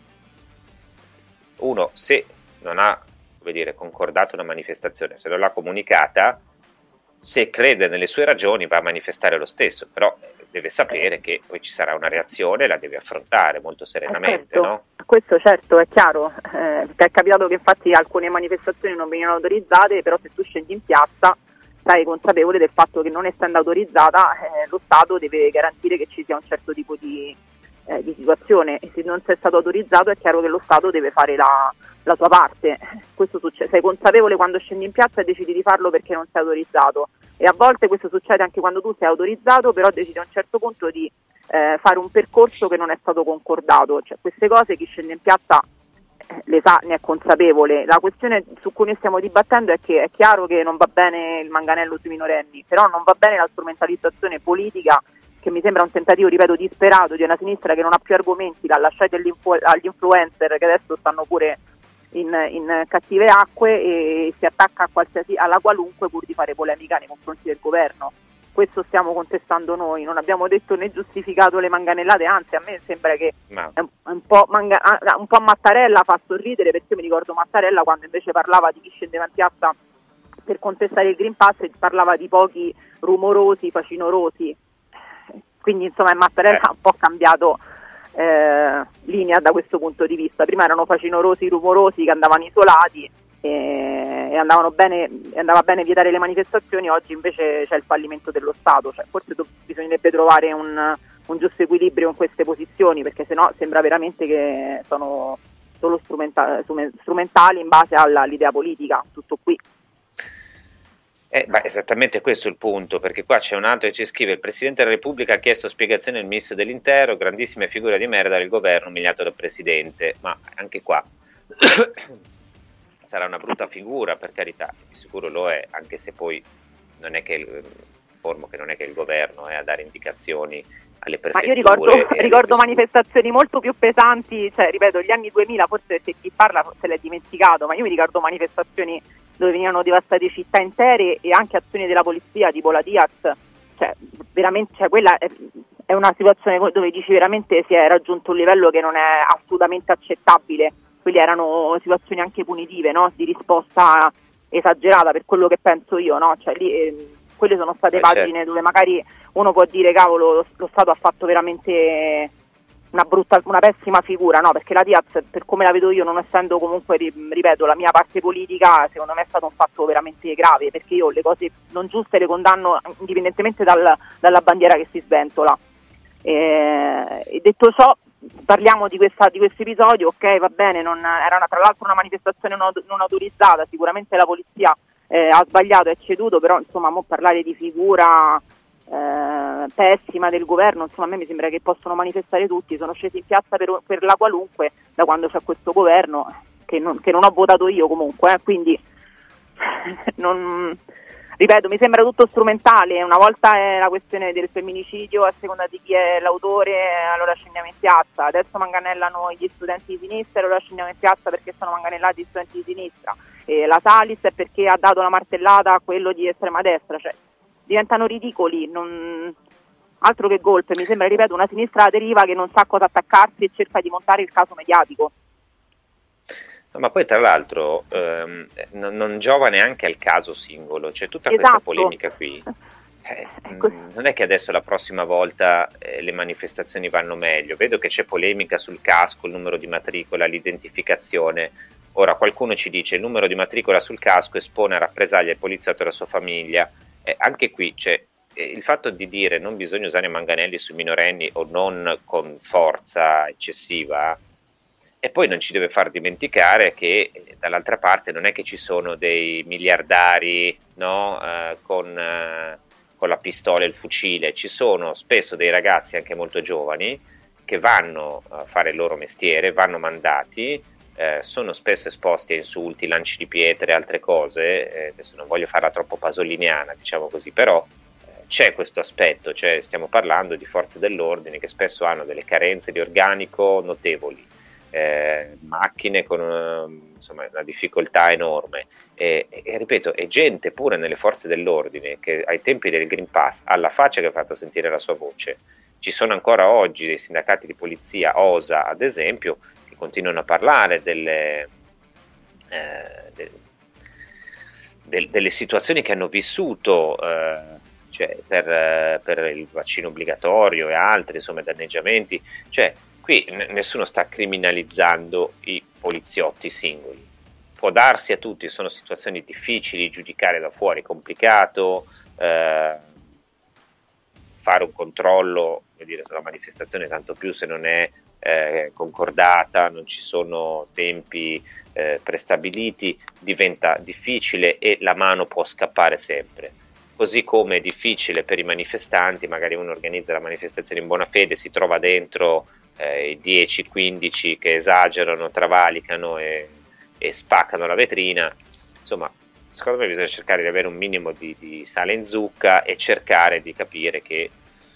uno, se non ha, come dire, concordato una manifestazione, se non l'ha comunicata, se crede nelle sue ragioni va a manifestare lo stesso, però deve sapere che poi ci sarà una reazione e la deve affrontare molto serenamente, questo, no? Questo certo è chiaro, eh, è capitato che infatti alcune manifestazioni non venivano autorizzate, però se tu scendi in piazza stai consapevole del fatto che non essendo autorizzata eh, lo Stato deve garantire che ci sia un certo tipo di, eh, di situazione, e se non sei stato autorizzato è chiaro che lo Stato deve fare la, la sua parte. Questo succede, sei consapevole quando scendi in piazza e decidi di farlo perché non sei autorizzato, e a volte questo succede anche quando tu sei autorizzato però decidi a un certo punto di eh, fare un percorso che non è stato concordato. Cioè, queste cose chi scende in piazza eh, le sa, ne è consapevole. La questione su cui noi stiamo dibattendo è che è chiaro che non va bene il manganello sui minorenni, però non va bene la strumentalizzazione politica, che mi sembra un tentativo, ripeto, disperato di una sinistra che non ha più argomenti, l'ha lasciata agli influencer che adesso stanno pure In, in cattive acque e si attacca a qualsiasi, alla qualunque pur di fare polemica nei confronti del governo. Questo stiamo contestando noi, non abbiamo detto né giustificato le manganellate, anzi a me sembra che no. è un, un, po manga, un po' Mattarella fa sorridere, perché io mi ricordo Mattarella quando invece parlava di chi scendeva in piazza per contestare il Green Pass e parlava di pochi rumorosi, facinorosi, quindi insomma Mattarella ha un po' cambiato Eh, linea da questo punto di vista. Prima erano facinorosi, rumorosi che andavano isolati e, e andavano bene, andava bene vietare le manifestazioni. Oggi invece c'è il fallimento dello Stato, cioè, forse do, bisognerebbe trovare un, un giusto equilibrio in queste posizioni, perché sennò sembra veramente che sono solo strumenta- strumentali in base alla, all'idea politica. Tutto qui. Eh, beh, esattamente questo è il punto, perché qua c'è un altro che ci scrive: il Presidente della Repubblica ha chiesto spiegazioni al Ministro dell'Interno, grandissima figura di merda del governo umiliato dal Presidente. Ma anche qua sarà una brutta figura, per carità, di sicuro lo è, anche se poi non è che il, informo che non è che il governo è a dare indicazioni alle prefetture. Ma io ricordo, ricordo manifestazioni molto più pesanti, cioè ripeto, gli anni duemila, forse se chi parla se l'è dimenticato, ma io mi ricordo manifestazioni dove venivano devastate città intere e anche azioni della polizia tipo la Diaz, cioè veramente, cioè, quella è, è una situazione dove dici veramente si è raggiunto un livello che non è assolutamente accettabile. Quelle erano situazioni anche punitive, no? Di risposta esagerata, per quello che penso io, no? Cioè lì eh, quelle sono state eh, pagine certo. dove magari uno può dire cavolo lo, lo Stato ha fatto veramente una brutta, una pessima figura, no? Perché la Diaz, per come la vedo io, non essendo comunque, ripeto, la mia parte politica, secondo me è stato un fatto veramente grave, perché io le cose non giuste le condanno indipendentemente dal, dalla bandiera che si sventola. E, e detto ciò, parliamo di questa di questo episodio, ok, va bene, non, era una, tra l'altro una manifestazione non, non autorizzata, sicuramente la polizia eh, ha sbagliato, è ceduto, però insomma mo parlare di figura Eh, pessima del governo, insomma a me mi sembra che possono manifestare tutti. Sono scesi in piazza per, per la qualunque da quando c'è questo governo che non, che non ho votato io comunque, eh, quindi non, ripeto, mi sembra tutto strumentale. Una volta è la questione del femminicidio, a seconda di chi è l'autore allora scendiamo in piazza, adesso manganellano gli studenti di sinistra e allora scendiamo in piazza perché sono manganellati gli studenti di sinistra, e la Salis è perché ha dato la martellata a quello di estrema destra, cioè diventano ridicoli, non, altro che golpe. Mi sembra, ripeto, una sinistra a deriva che non sa cosa attaccarsi e cerca di montare il caso mediatico. No, ma poi tra l'altro ehm, non, non giova neanche al caso singolo, c'è tutta esatto. questa polemica qui. Eh, mh, non è che adesso la prossima volta eh, le manifestazioni vanno meglio, vedo che c'è polemica sul casco, il numero di matricola, l'identificazione. Ora qualcuno ci dice il numero di matricola sul casco espone a rappresaglia il poliziotto e la sua famiglia. Eh, anche qui c'è il fatto di dire non bisogna usare manganelli sui minorenni o non con forza eccessiva, e poi non ci deve far dimenticare che eh, dall'altra parte non è che ci sono dei miliardari, no, eh, con, eh, con la pistola e il fucile, ci sono spesso dei ragazzi anche molto giovani che vanno a fare il loro mestiere, vanno mandati, eh, sono spesso esposti a insulti, lanci di pietre e altre cose, eh, adesso non voglio farla troppo pasoliniana, diciamo così, però eh, c'è questo aspetto, cioè stiamo parlando di forze dell'ordine che spesso hanno delle carenze di organico notevoli, eh, macchine con uh, insomma, una difficoltà enorme, e, e, e ripeto, è gente pure nelle forze dell'ordine che ai tempi del Green Pass alla faccia che ha fatto sentire la sua voce. Ci sono ancora oggi dei sindacati di polizia, O S A ad esempio, che continuano a parlare delle, eh, de, de, delle situazioni che hanno vissuto eh, cioè per, per il vaccino obbligatorio e altri, insomma, danneggiamenti. Cioè, qui n- nessuno sta criminalizzando i poliziotti singoli. Può darsi a tutti, sono situazioni difficili, giudicare da fuori è complicato, eh, fare un controllo, vuol dire, sulla manifestazione, tanto più se non è eh, concordata, non ci sono tempi eh, prestabiliti, diventa difficile e la mano può scappare sempre. Così come è difficile per i manifestanti, magari uno organizza la manifestazione in buona fede, si trova dentro eh, i dieci quindici che esagerano, travalicano e, e spaccano la vetrina. Insomma, secondo me bisogna cercare di avere un minimo di, di sale in zucca e cercare di capire che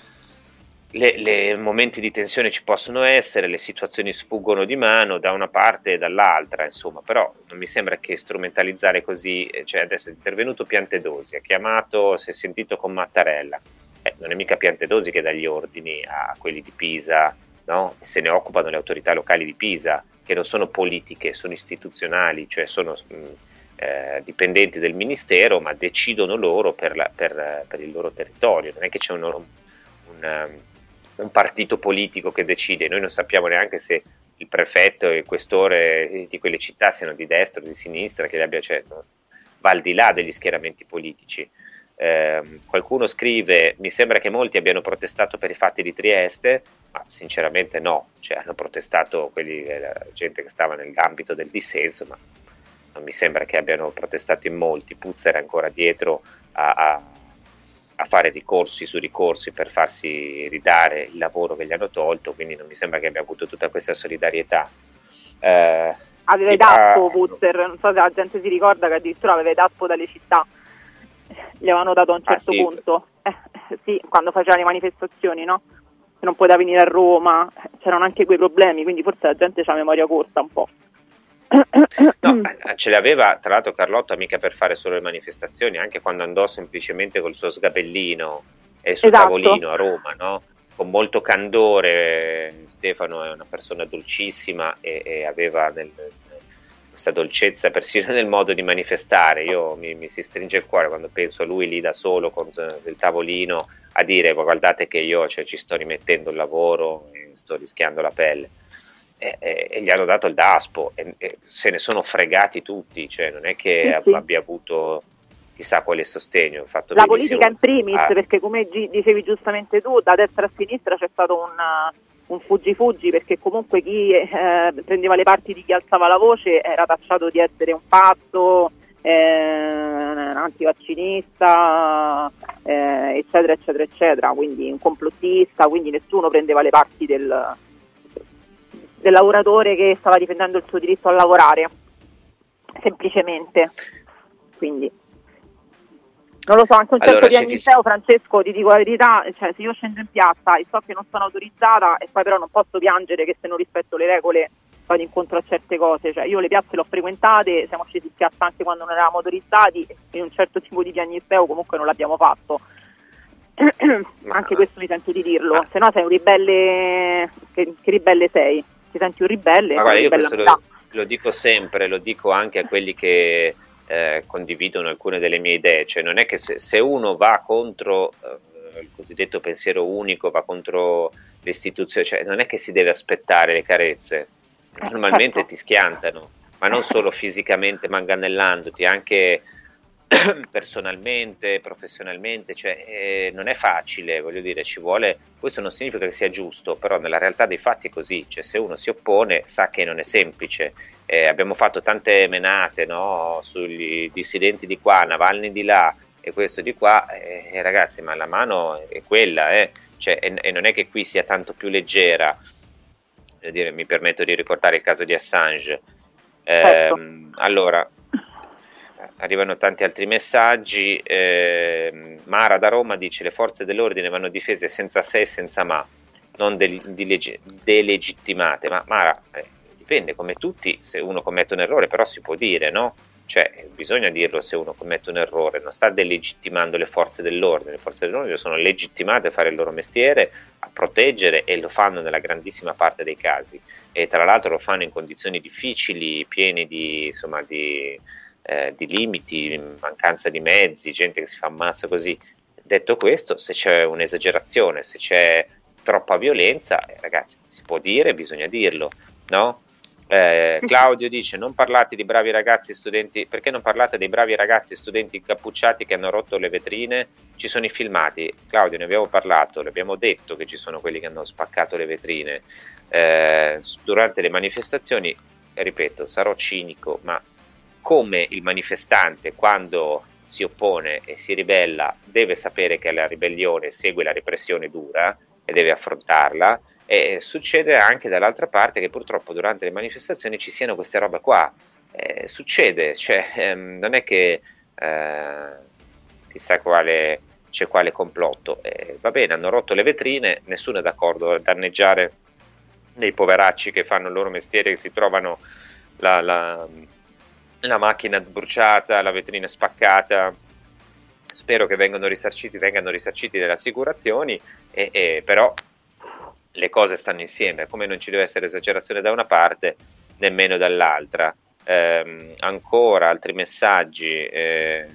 le, le momenti di tensione ci possono essere, le situazioni sfuggono di mano da una parte e dall'altra, insomma, però non mi sembra che strumentalizzare così, cioè adesso è intervenuto Piantedosi, ha chiamato, si è sentito con Mattarella, eh, non è mica Piantedosi che dà gli ordini a quelli di Pisa, no? Se ne occupano le autorità locali di Pisa, che non sono politiche, sono istituzionali, cioè sono mh, eh, dipendenti del ministero, ma decidono loro per, la, per, per il loro territorio, non è che c'è un, un, un partito politico che decide. Noi non sappiamo neanche se il prefetto e il questore di quelle città siano di destra o di sinistra, che li abbia, cioè, no? Va al di là degli schieramenti politici. Eh, qualcuno scrive: mi sembra che molti abbiano protestato per i fatti di Trieste, ma sinceramente no, cioè hanno protestato quelli, la gente che stava nell'ambito del dissenso, ma non mi sembra che abbiano protestato in molti. Puzza era ancora dietro a, a, a fare ricorsi su ricorsi per farsi ridare il lavoro che gli hanno tolto, quindi non mi sembra che abbia avuto tutta questa solidarietà. Eh, aveva i Daspo Puzzer, non so se la gente si ricorda che addirittura aveva i Daspo dalle città, gli avevano dato a un certo ah, sì. punto, eh, sì, quando faceva le manifestazioni, no? Che non poteva venire a Roma, c'erano anche quei problemi, quindi forse la gente c'ha memoria corta un po'. No, ce le aveva tra l'altro Carlotta mica per fare solo le manifestazioni, anche quando andò semplicemente col suo sgabellino e il suo esatto. tavolino a Roma, no? Con molto candore. Stefano è una persona dolcissima e, e aveva nel, questa dolcezza persino nel modo di manifestare. Io mi, mi si stringe il cuore quando penso a lui lì da solo con il tavolino a dire: guardate che io, cioè, ci sto rimettendo il lavoro e sto rischiando la pelle. E, e, e gli hanno dato il Daspo e, e se ne sono fregati tutti, cioè non è che sì, sì. abbia avuto chissà quale sostegno. Fatto la politica in primis, ah. perché come gi- dicevi giustamente tu, da destra a sinistra c'è stato un, un fuggi-fuggi, perché comunque chi eh, prendeva le parti di chi alzava la voce era tacciato di essere un pazzo, eh, antivaccinista, eh, eccetera eccetera eccetera, quindi un complottista, quindi nessuno prendeva le parti del del lavoratore che stava difendendo il suo diritto a lavorare, semplicemente. Quindi non lo so, anche un certo allora, piagnisteo, Francesco, ti dico la verità, cioè se io scendo in piazza e so che non sono autorizzata e poi però non posso piangere che se non rispetto le regole vado incontro a certe cose, cioè io le piazze le ho frequentate, siamo scesi in piazza anche quando non eravamo autorizzati e in un certo tipo di piagnisteo comunque non l'abbiamo fatto. Anche questo mi sento di dirlo, se no sei un ribelle, che, che ribelle sei? Ti senti un ribelle? Ma guarda, io questo lo, lo dico sempre, lo dico anche a quelli che eh, condividono alcune delle mie idee, cioè non è che se, se uno va contro eh, il cosiddetto pensiero unico, va contro le istituzioni, cioè non è che si deve aspettare le carezze, normalmente ti schiantano, ma non solo fisicamente manganellandoti, anche personalmente, professionalmente, cioè eh, non è facile, voglio dire, ci vuole, questo non significa che sia giusto, però nella realtà dei fatti è così, cioè se uno si oppone sa che non è semplice. Eh, abbiamo fatto tante menate, no, sugli dissidenti di qua, Navalny di là e questo di qua, eh, ragazzi, ma la mano è quella, eh. Cioè, e, e non è che qui sia tanto più leggera. Voglio dire, mi permetto di ricordare il caso di Assange. Eh, certo. Allora, arrivano tanti altri messaggi. eh, Mara da Roma dice: le forze dell'ordine vanno difese senza se e senza ma, non de- de- delegittimate. Ma Mara, eh, dipende, come tutti, se uno commette un errore, però si può dire, no? Cioè, bisogna dirlo se uno commette un errore, non sta delegittimando le forze dell'ordine. Le forze dell'ordine sono legittimate a fare il loro mestiere, a proteggere, e lo fanno nella grandissima parte dei casi, e tra l'altro lo fanno in condizioni difficili, pieni di, insomma, di, eh, di limiti, mancanza di mezzi, gente che si fa ammazza così. Detto questo, se c'è un'esagerazione, se c'è troppa violenza, eh, ragazzi, si può dire, bisogna dirlo, no? Eh, Claudio dice: non parlate di bravi ragazzi studenti, perché non parlate dei bravi ragazzi studenti incappucciati che hanno rotto le vetrine? Ci sono i filmati, Claudio, ne abbiamo parlato, le abbiamo detto che ci sono quelli che hanno spaccato le vetrine eh, durante le manifestazioni. Ripeto, sarò cinico, ma come il manifestante, quando si oppone e si ribella, deve sapere che la ribellione segue la repressione dura e deve affrontarla. E succede anche dall'altra parte che purtroppo durante le manifestazioni ci siano queste robe qua, eh, succede, cioè ehm, non è che eh, chissà quale c'è quale complotto, eh, va bene, hanno rotto le vetrine, nessuno è d'accordo a danneggiare dei poveracci che fanno il loro mestiere, che si trovano la, la, la macchina bruciata, la vetrina spaccata. Spero che vengano risarciti, vengano risarciti dalle assicurazioni, e, e, però le cose stanno insieme, come non ci deve essere esagerazione da una parte nemmeno dall'altra. Eh, ancora altri messaggi eh,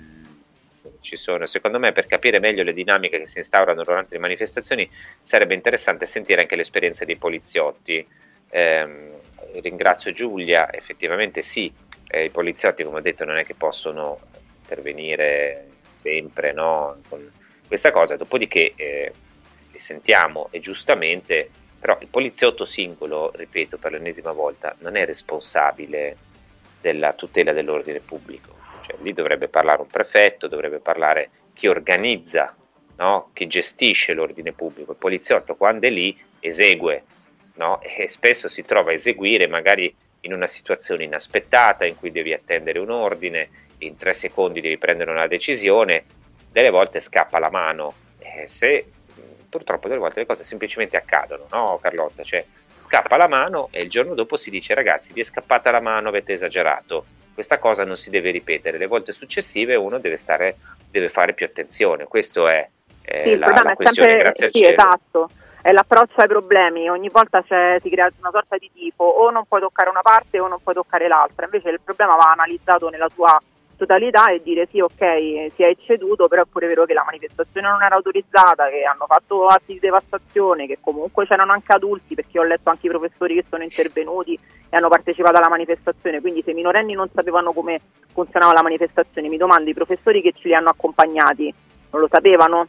ci sono. Secondo me, per capire meglio le dinamiche che si instaurano durante le manifestazioni, sarebbe interessante sentire anche l'esperienza dei poliziotti. Eh, ringrazio Giulia, effettivamente sì, eh, i poliziotti, come ho detto, non è che possono intervenire sempre, no, con questa cosa, dopodiché eh, sentiamo, e giustamente, però il poliziotto singolo, ripeto per l'ennesima volta, non è responsabile della tutela dell'ordine pubblico, cioè lì dovrebbe parlare un prefetto, dovrebbe parlare chi organizza, no? Chi gestisce l'ordine pubblico. Il poliziotto quando è lì esegue, no? E spesso si trova a eseguire magari in una situazione inaspettata in cui devi attendere un ordine, in tre secondi devi prendere una decisione, delle volte scappa la mano, eh, se purtroppo delle volte le cose semplicemente accadono, no Carlotta? Cioè scappa la mano e il giorno dopo si dice: ragazzi, vi è scappata la mano, avete esagerato. Questa cosa non si deve ripetere, le volte successive uno deve stare, deve fare più attenzione. Questo è eh, sì, la, la questione, sempre, grazie sì, al cielo. Esatto, è l'approccio ai problemi, ogni volta c'è, si crea una sorta di tifo, o non puoi toccare una parte o non puoi toccare l'altra, invece il problema va analizzato nella sua totalità e dire sì, ok, si è ecceduto, però è pure vero che la manifestazione non era autorizzata, che hanno fatto atti di devastazione, che comunque c'erano anche adulti, perché ho letto anche i professori che sono intervenuti e hanno partecipato alla manifestazione, quindi se i minorenni non sapevano come funzionava la manifestazione, mi domando, i professori che ce li hanno accompagnati non lo sapevano?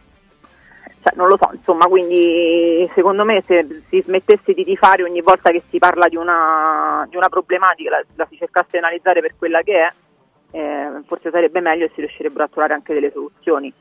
Cioè, non lo so, insomma, quindi secondo me se si smettesse di tifare ogni volta che si parla di una, di una problematica, la, la si cercasse di analizzare per quella che è, Eh, forse sarebbe meglio e si riuscirebbero a trovare anche delle soluzioni.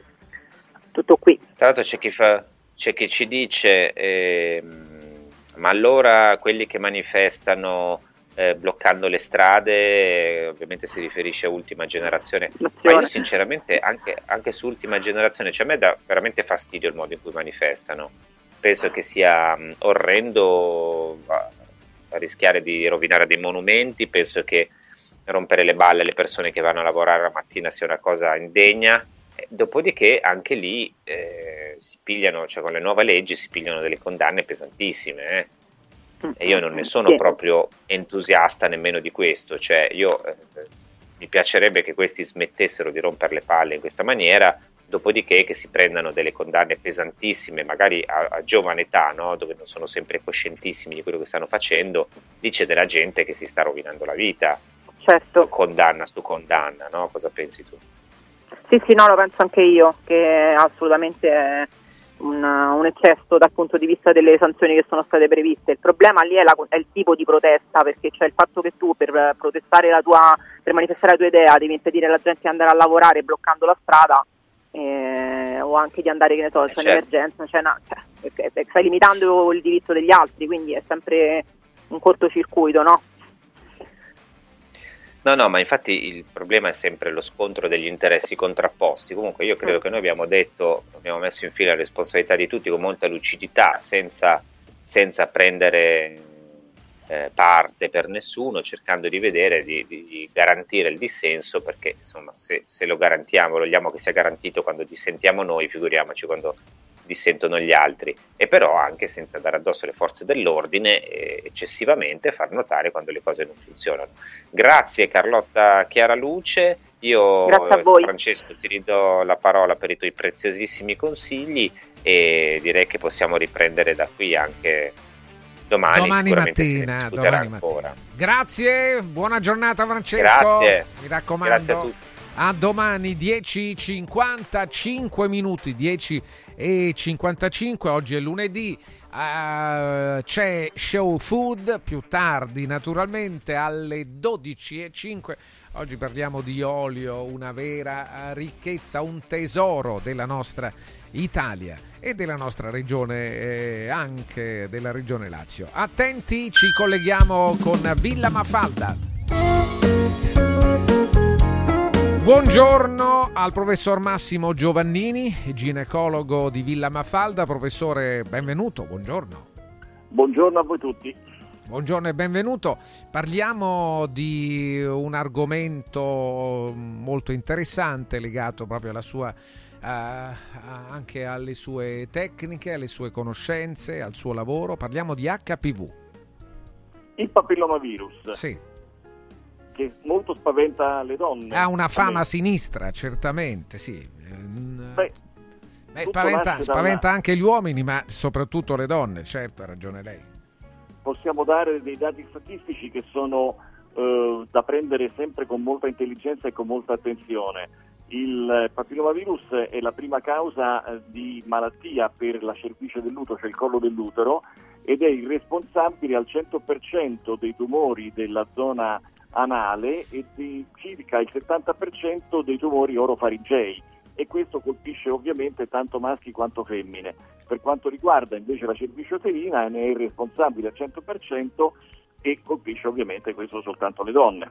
Tutto qui. Tra l'altro c'è chi, fa, c'è chi ci dice eh, ma allora quelli che manifestano eh, bloccando le strade, eh, ovviamente si riferisce a Ultima Generazione, ma io sinceramente anche, anche su Ultima Generazione, cioè a me dà veramente fastidio il modo in cui manifestano, penso che sia mh, orrendo a, a rischiare di rovinare dei monumenti, penso che rompere le balle alle persone che vanno a lavorare la mattina sia una cosa indegna. Dopodiché anche lì eh, si pigliano, cioè con le nuove leggi si pigliano delle condanne pesantissime, eh. E io non ne sono sì. proprio entusiasta nemmeno di questo, cioè io eh, mi piacerebbe che questi smettessero di rompere le palle in questa maniera, dopodiché che si prendano delle condanne pesantissime, magari a, a giovane età, no? Dove non sono sempre coscientissimi di quello che stanno facendo, dice della gente che si sta rovinando la vita. certo. condanna su condanna, no? Cosa pensi tu? Sì, sì, no, lo penso anche io, che assolutamente è un, un eccesso dal punto di vista delle sanzioni che sono state previste. Il problema lì è, la, è il tipo di protesta, perché c'è il fatto che tu per protestare la tua, per manifestare la tua idea devi impedire alla gente di andare a lavorare bloccando la strada, eh, o anche di andare, che ne so, c'è certo. un'emergenza, cioè, no, cioè, stai limitando il diritto degli altri, quindi è sempre un cortocircuito, no? No, no, ma infatti il problema è sempre lo scontro degli interessi contrapposti. Comunque io credo che noi abbiamo detto, abbiamo messo in fila la responsabilità di tutti con molta lucidità, senza, senza prendere eh, parte per nessuno, cercando di vedere, di, di garantire il dissenso, perché insomma se, se lo garantiamo, vogliamo che sia garantito quando dissentiamo noi, figuriamoci quando dissentono gli altri, e però anche senza dare addosso alle forze dell'ordine e eccessivamente far notare quando le cose non funzionano. Grazie Carlotta Chiaraluce, io Francesco ti ridò la parola per i tuoi preziosissimi consigli e direi che possiamo riprendere da qui anche domani, domani mattina, domani ancora. Mattina. Grazie, buona giornata Francesco. Grazie. Mi raccomando. Grazie a tutti. A domani dieci e cinquantacinque minuti, dieci e cinquantacinque, oggi è lunedì, uh, c'è Show Food, più tardi naturalmente alle dodici e cinque, oggi parliamo di olio, una vera ricchezza, un tesoro della nostra Italia e della nostra regione, eh, anche della regione Lazio. Attenti, ci colleghiamo con Villa Mafalda. Buongiorno al professor Massimo Giovannini, ginecologo di Villa Mafalda. Professore, benvenuto, buongiorno. Buongiorno a voi tutti. Buongiorno e benvenuto. Parliamo di un argomento molto interessante legato proprio alla sua, uh, anche alle sue tecniche, alle sue conoscenze, al suo lavoro. Parliamo di acca pi vu. Il papillomavirus. Sì. Che molto spaventa le donne. Ha una fama sinistra, certamente, sì. Beh, Beh, spaventa, spaventa dalla... anche gli uomini, ma soprattutto le donne, certo, ha ragione lei. Possiamo dare dei dati statistici che sono eh, da prendere sempre con molta intelligenza e con molta attenzione. Il papillomavirus è la prima causa di malattia per la cervice dell'utero, cioè il collo dell'utero, ed è il responsabile al cento per cento dei tumori della zona anale e di circa il settanta per cento dei tumori orofaringei, e questo colpisce ovviamente tanto maschi quanto femmine. Per quanto riguarda invece la cervice uterina, ne è responsabile al cento per cento e colpisce ovviamente questo soltanto le donne.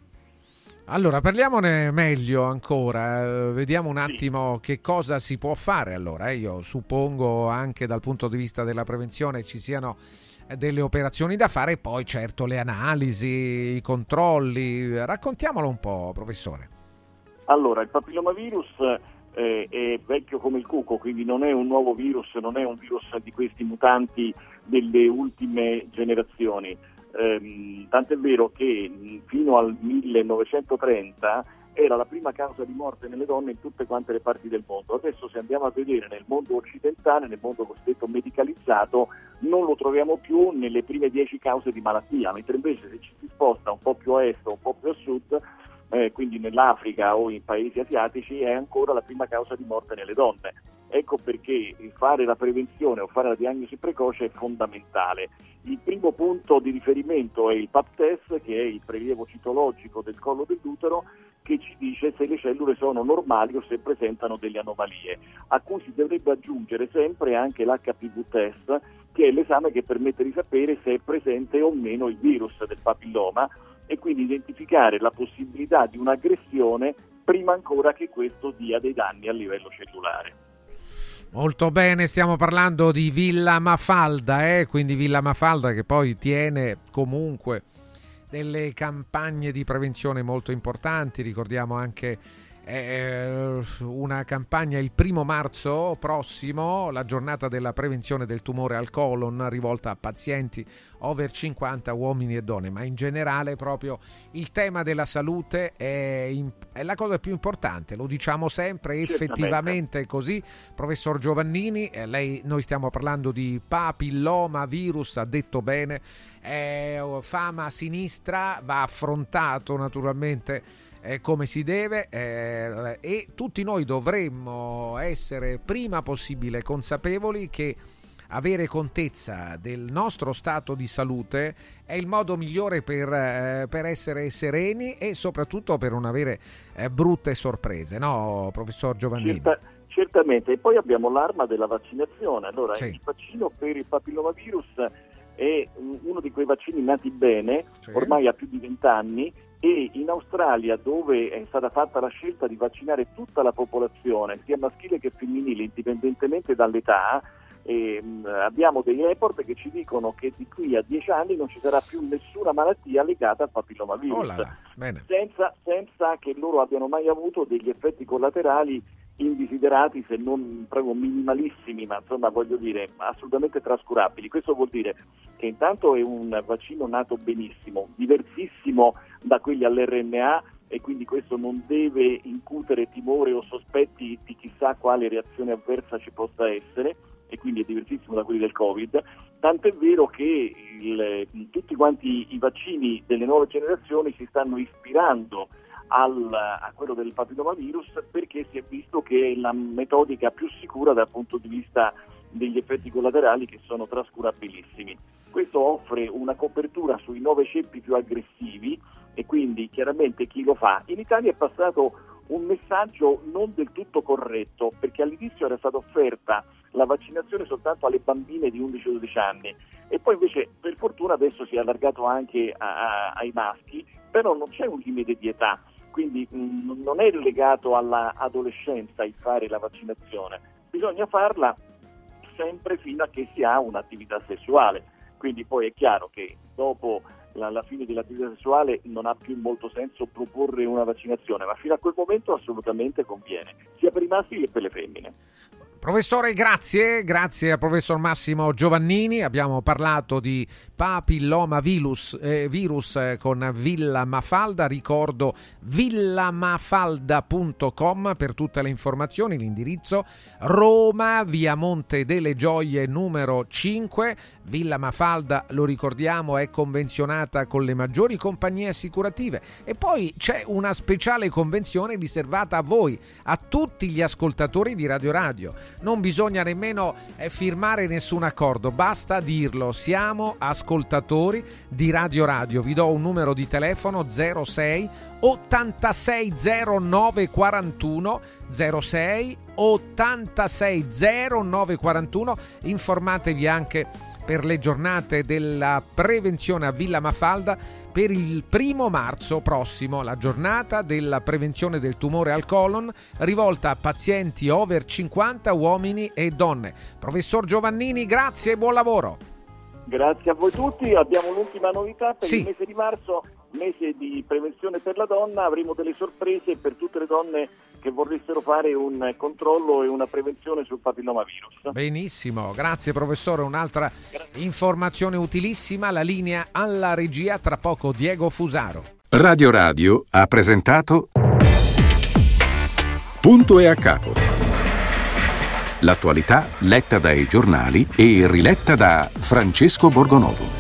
Allora, parliamone meglio ancora, eh, vediamo un attimo sì. Che cosa si può fare allora. Eh, io suppongo anche dal punto di vista della prevenzione ci siano delle operazioni da fare, e poi certo le analisi, i controlli. Raccontiamolo un po', professore. Allora, il papillomavirus eh, è vecchio come il cuco, quindi non è un nuovo virus, non è un virus di questi mutanti delle ultime generazioni. Eh, tant'è vero che fino al millenovecentotrenta era la prima causa di morte nelle donne in tutte quante le parti del mondo. Adesso, se andiamo a vedere nel mondo occidentale, nel mondo cosiddetto medicalizzato, non lo troviamo più nelle prime dieci cause di malattia, mentre invece se ci si sposta un po' più a est o un po' più a sud, eh, quindi nell'Africa o in paesi asiatici, è ancora la prima causa di morte nelle donne. Ecco perché fare la prevenzione o fare la diagnosi precoce è fondamentale. Il primo punto di riferimento è il pap test, che è il prelievo citologico del collo dell'utero, che ci dice se le cellule sono normali o se presentano delle anomalie, a cui si dovrebbe aggiungere sempre anche l'acca pi vu test, che è l'esame che permette di sapere se è presente o meno il virus del papilloma e quindi identificare la possibilità di un'aggressione prima ancora che questo dia dei danni a livello cellulare. Molto bene, stiamo parlando di Villa Mafalda, eh? Quindi Villa Mafalda che poi tiene comunque delle campagne di prevenzione molto importanti. Ricordiamo anche eh, una campagna il primo marzo prossimo, la giornata della prevenzione del tumore al colon, rivolta a pazienti over cinquanta, uomini e donne, ma in generale proprio il tema della salute è, in, è la cosa più importante, lo diciamo sempre, effettivamente è così. Professor Giovannini, eh, lei, noi stiamo parlando di papilloma virus, ha detto bene, è fama a sinistra, va affrontato naturalmente eh, come si deve, eh, e tutti noi dovremmo essere prima possibile consapevoli che avere contezza del nostro stato di salute è il modo migliore per, eh, per essere sereni e soprattutto per non avere eh, brutte sorprese, no, professor Giovannini? Certa, certamente, e poi abbiamo l'arma della vaccinazione. Allora, sì. Il vaccino per il papillomavirus è uno di quei vaccini nati bene, sì. ormai ha più di vent'anni, e in Australia, dove è stata fatta la scelta di vaccinare tutta la popolazione, sia maschile che femminile, indipendentemente dall'età, E, mh, abbiamo dei report che ci dicono che di qui a dieci anni non ci sarà più nessuna malattia legata al papillomavirus, oh là là. Bene. Senza, senza che loro abbiano mai avuto degli effetti collaterali indesiderati, se non proprio minimalissimi, ma insomma voglio dire assolutamente trascurabili. Questo vuol dire che intanto è un vaccino nato benissimo, diversissimo da quelli all'erre enne a, e quindi questo non deve incutere timore o sospetti di chissà quale reazione avversa ci possa essere, e quindi è diversissimo da quelli del Covid, tant'è vero che il, tutti quanti i vaccini delle nuove generazioni si stanno ispirando al, a quello del papillomavirus, perché si è visto che è la metodica più sicura dal punto di vista degli effetti collaterali, che sono trascurabilissimi. Questo offre una copertura sui nove ceppi più aggressivi, e quindi chiaramente chi lo fa. In Italia è passato un messaggio non del tutto corretto, perché all'inizio era stata offerta la vaccinazione soltanto alle bambine di undici dodici anni, e poi invece per fortuna adesso si è allargato anche a, a, ai maschi, però non c'è un limite di età, quindi mh, non è legato all'adolescenza il fare la vaccinazione, bisogna farla sempre fino a che si ha un'attività sessuale, quindi poi è chiaro che dopo la, la fine dell'attività sessuale non ha più molto senso proporre una vaccinazione, ma fino a quel momento assolutamente conviene, sia per i maschi che per le femmine. Professore, grazie, grazie al professor Massimo Giovannini. Abbiamo parlato di papilloma virus, eh, virus eh, con Villa Mafalda. Ricordo villamafalda punto com per tutte le informazioni, l'indirizzo Roma, via Monte delle Gioie numero cinque. Villa Mafalda, lo ricordiamo, è convenzionata con le maggiori compagnie assicurative, e poi c'è una speciale convenzione riservata a voi, a tutti gli ascoltatori di Radio Radio. Non bisogna nemmeno eh, firmare nessun accordo, basta dirlo: siamo ascoltatori di Radio Radio. Vi do un numero di telefono: zero sei ottantasei zero nove quarantuno, zero sei ottantasei zero nove quarantuno. Informatevi anche per le giornate della prevenzione a Villa Mafalda per il primo marzo prossimo, la giornata della prevenzione del tumore al colon rivolta a pazienti over cinquanta, uomini e donne. Professor Giovannini, grazie e buon lavoro. Grazie a voi tutti. Abbiamo l'ultima novità per sì. il mese di marzo, mese di prevenzione per la donna. Avremo delle sorprese per tutte le donne che vorressero fare un controllo e una prevenzione sul papillomavirus. Benissimo, grazie professore. Un'altra grazie. Informazione utilissima, la linea alla regia, tra poco Diego Fusaro. Radio Radio ha presentato Punto e a capo. L'attualità letta dai giornali e riletta da Francesco Borgonovo.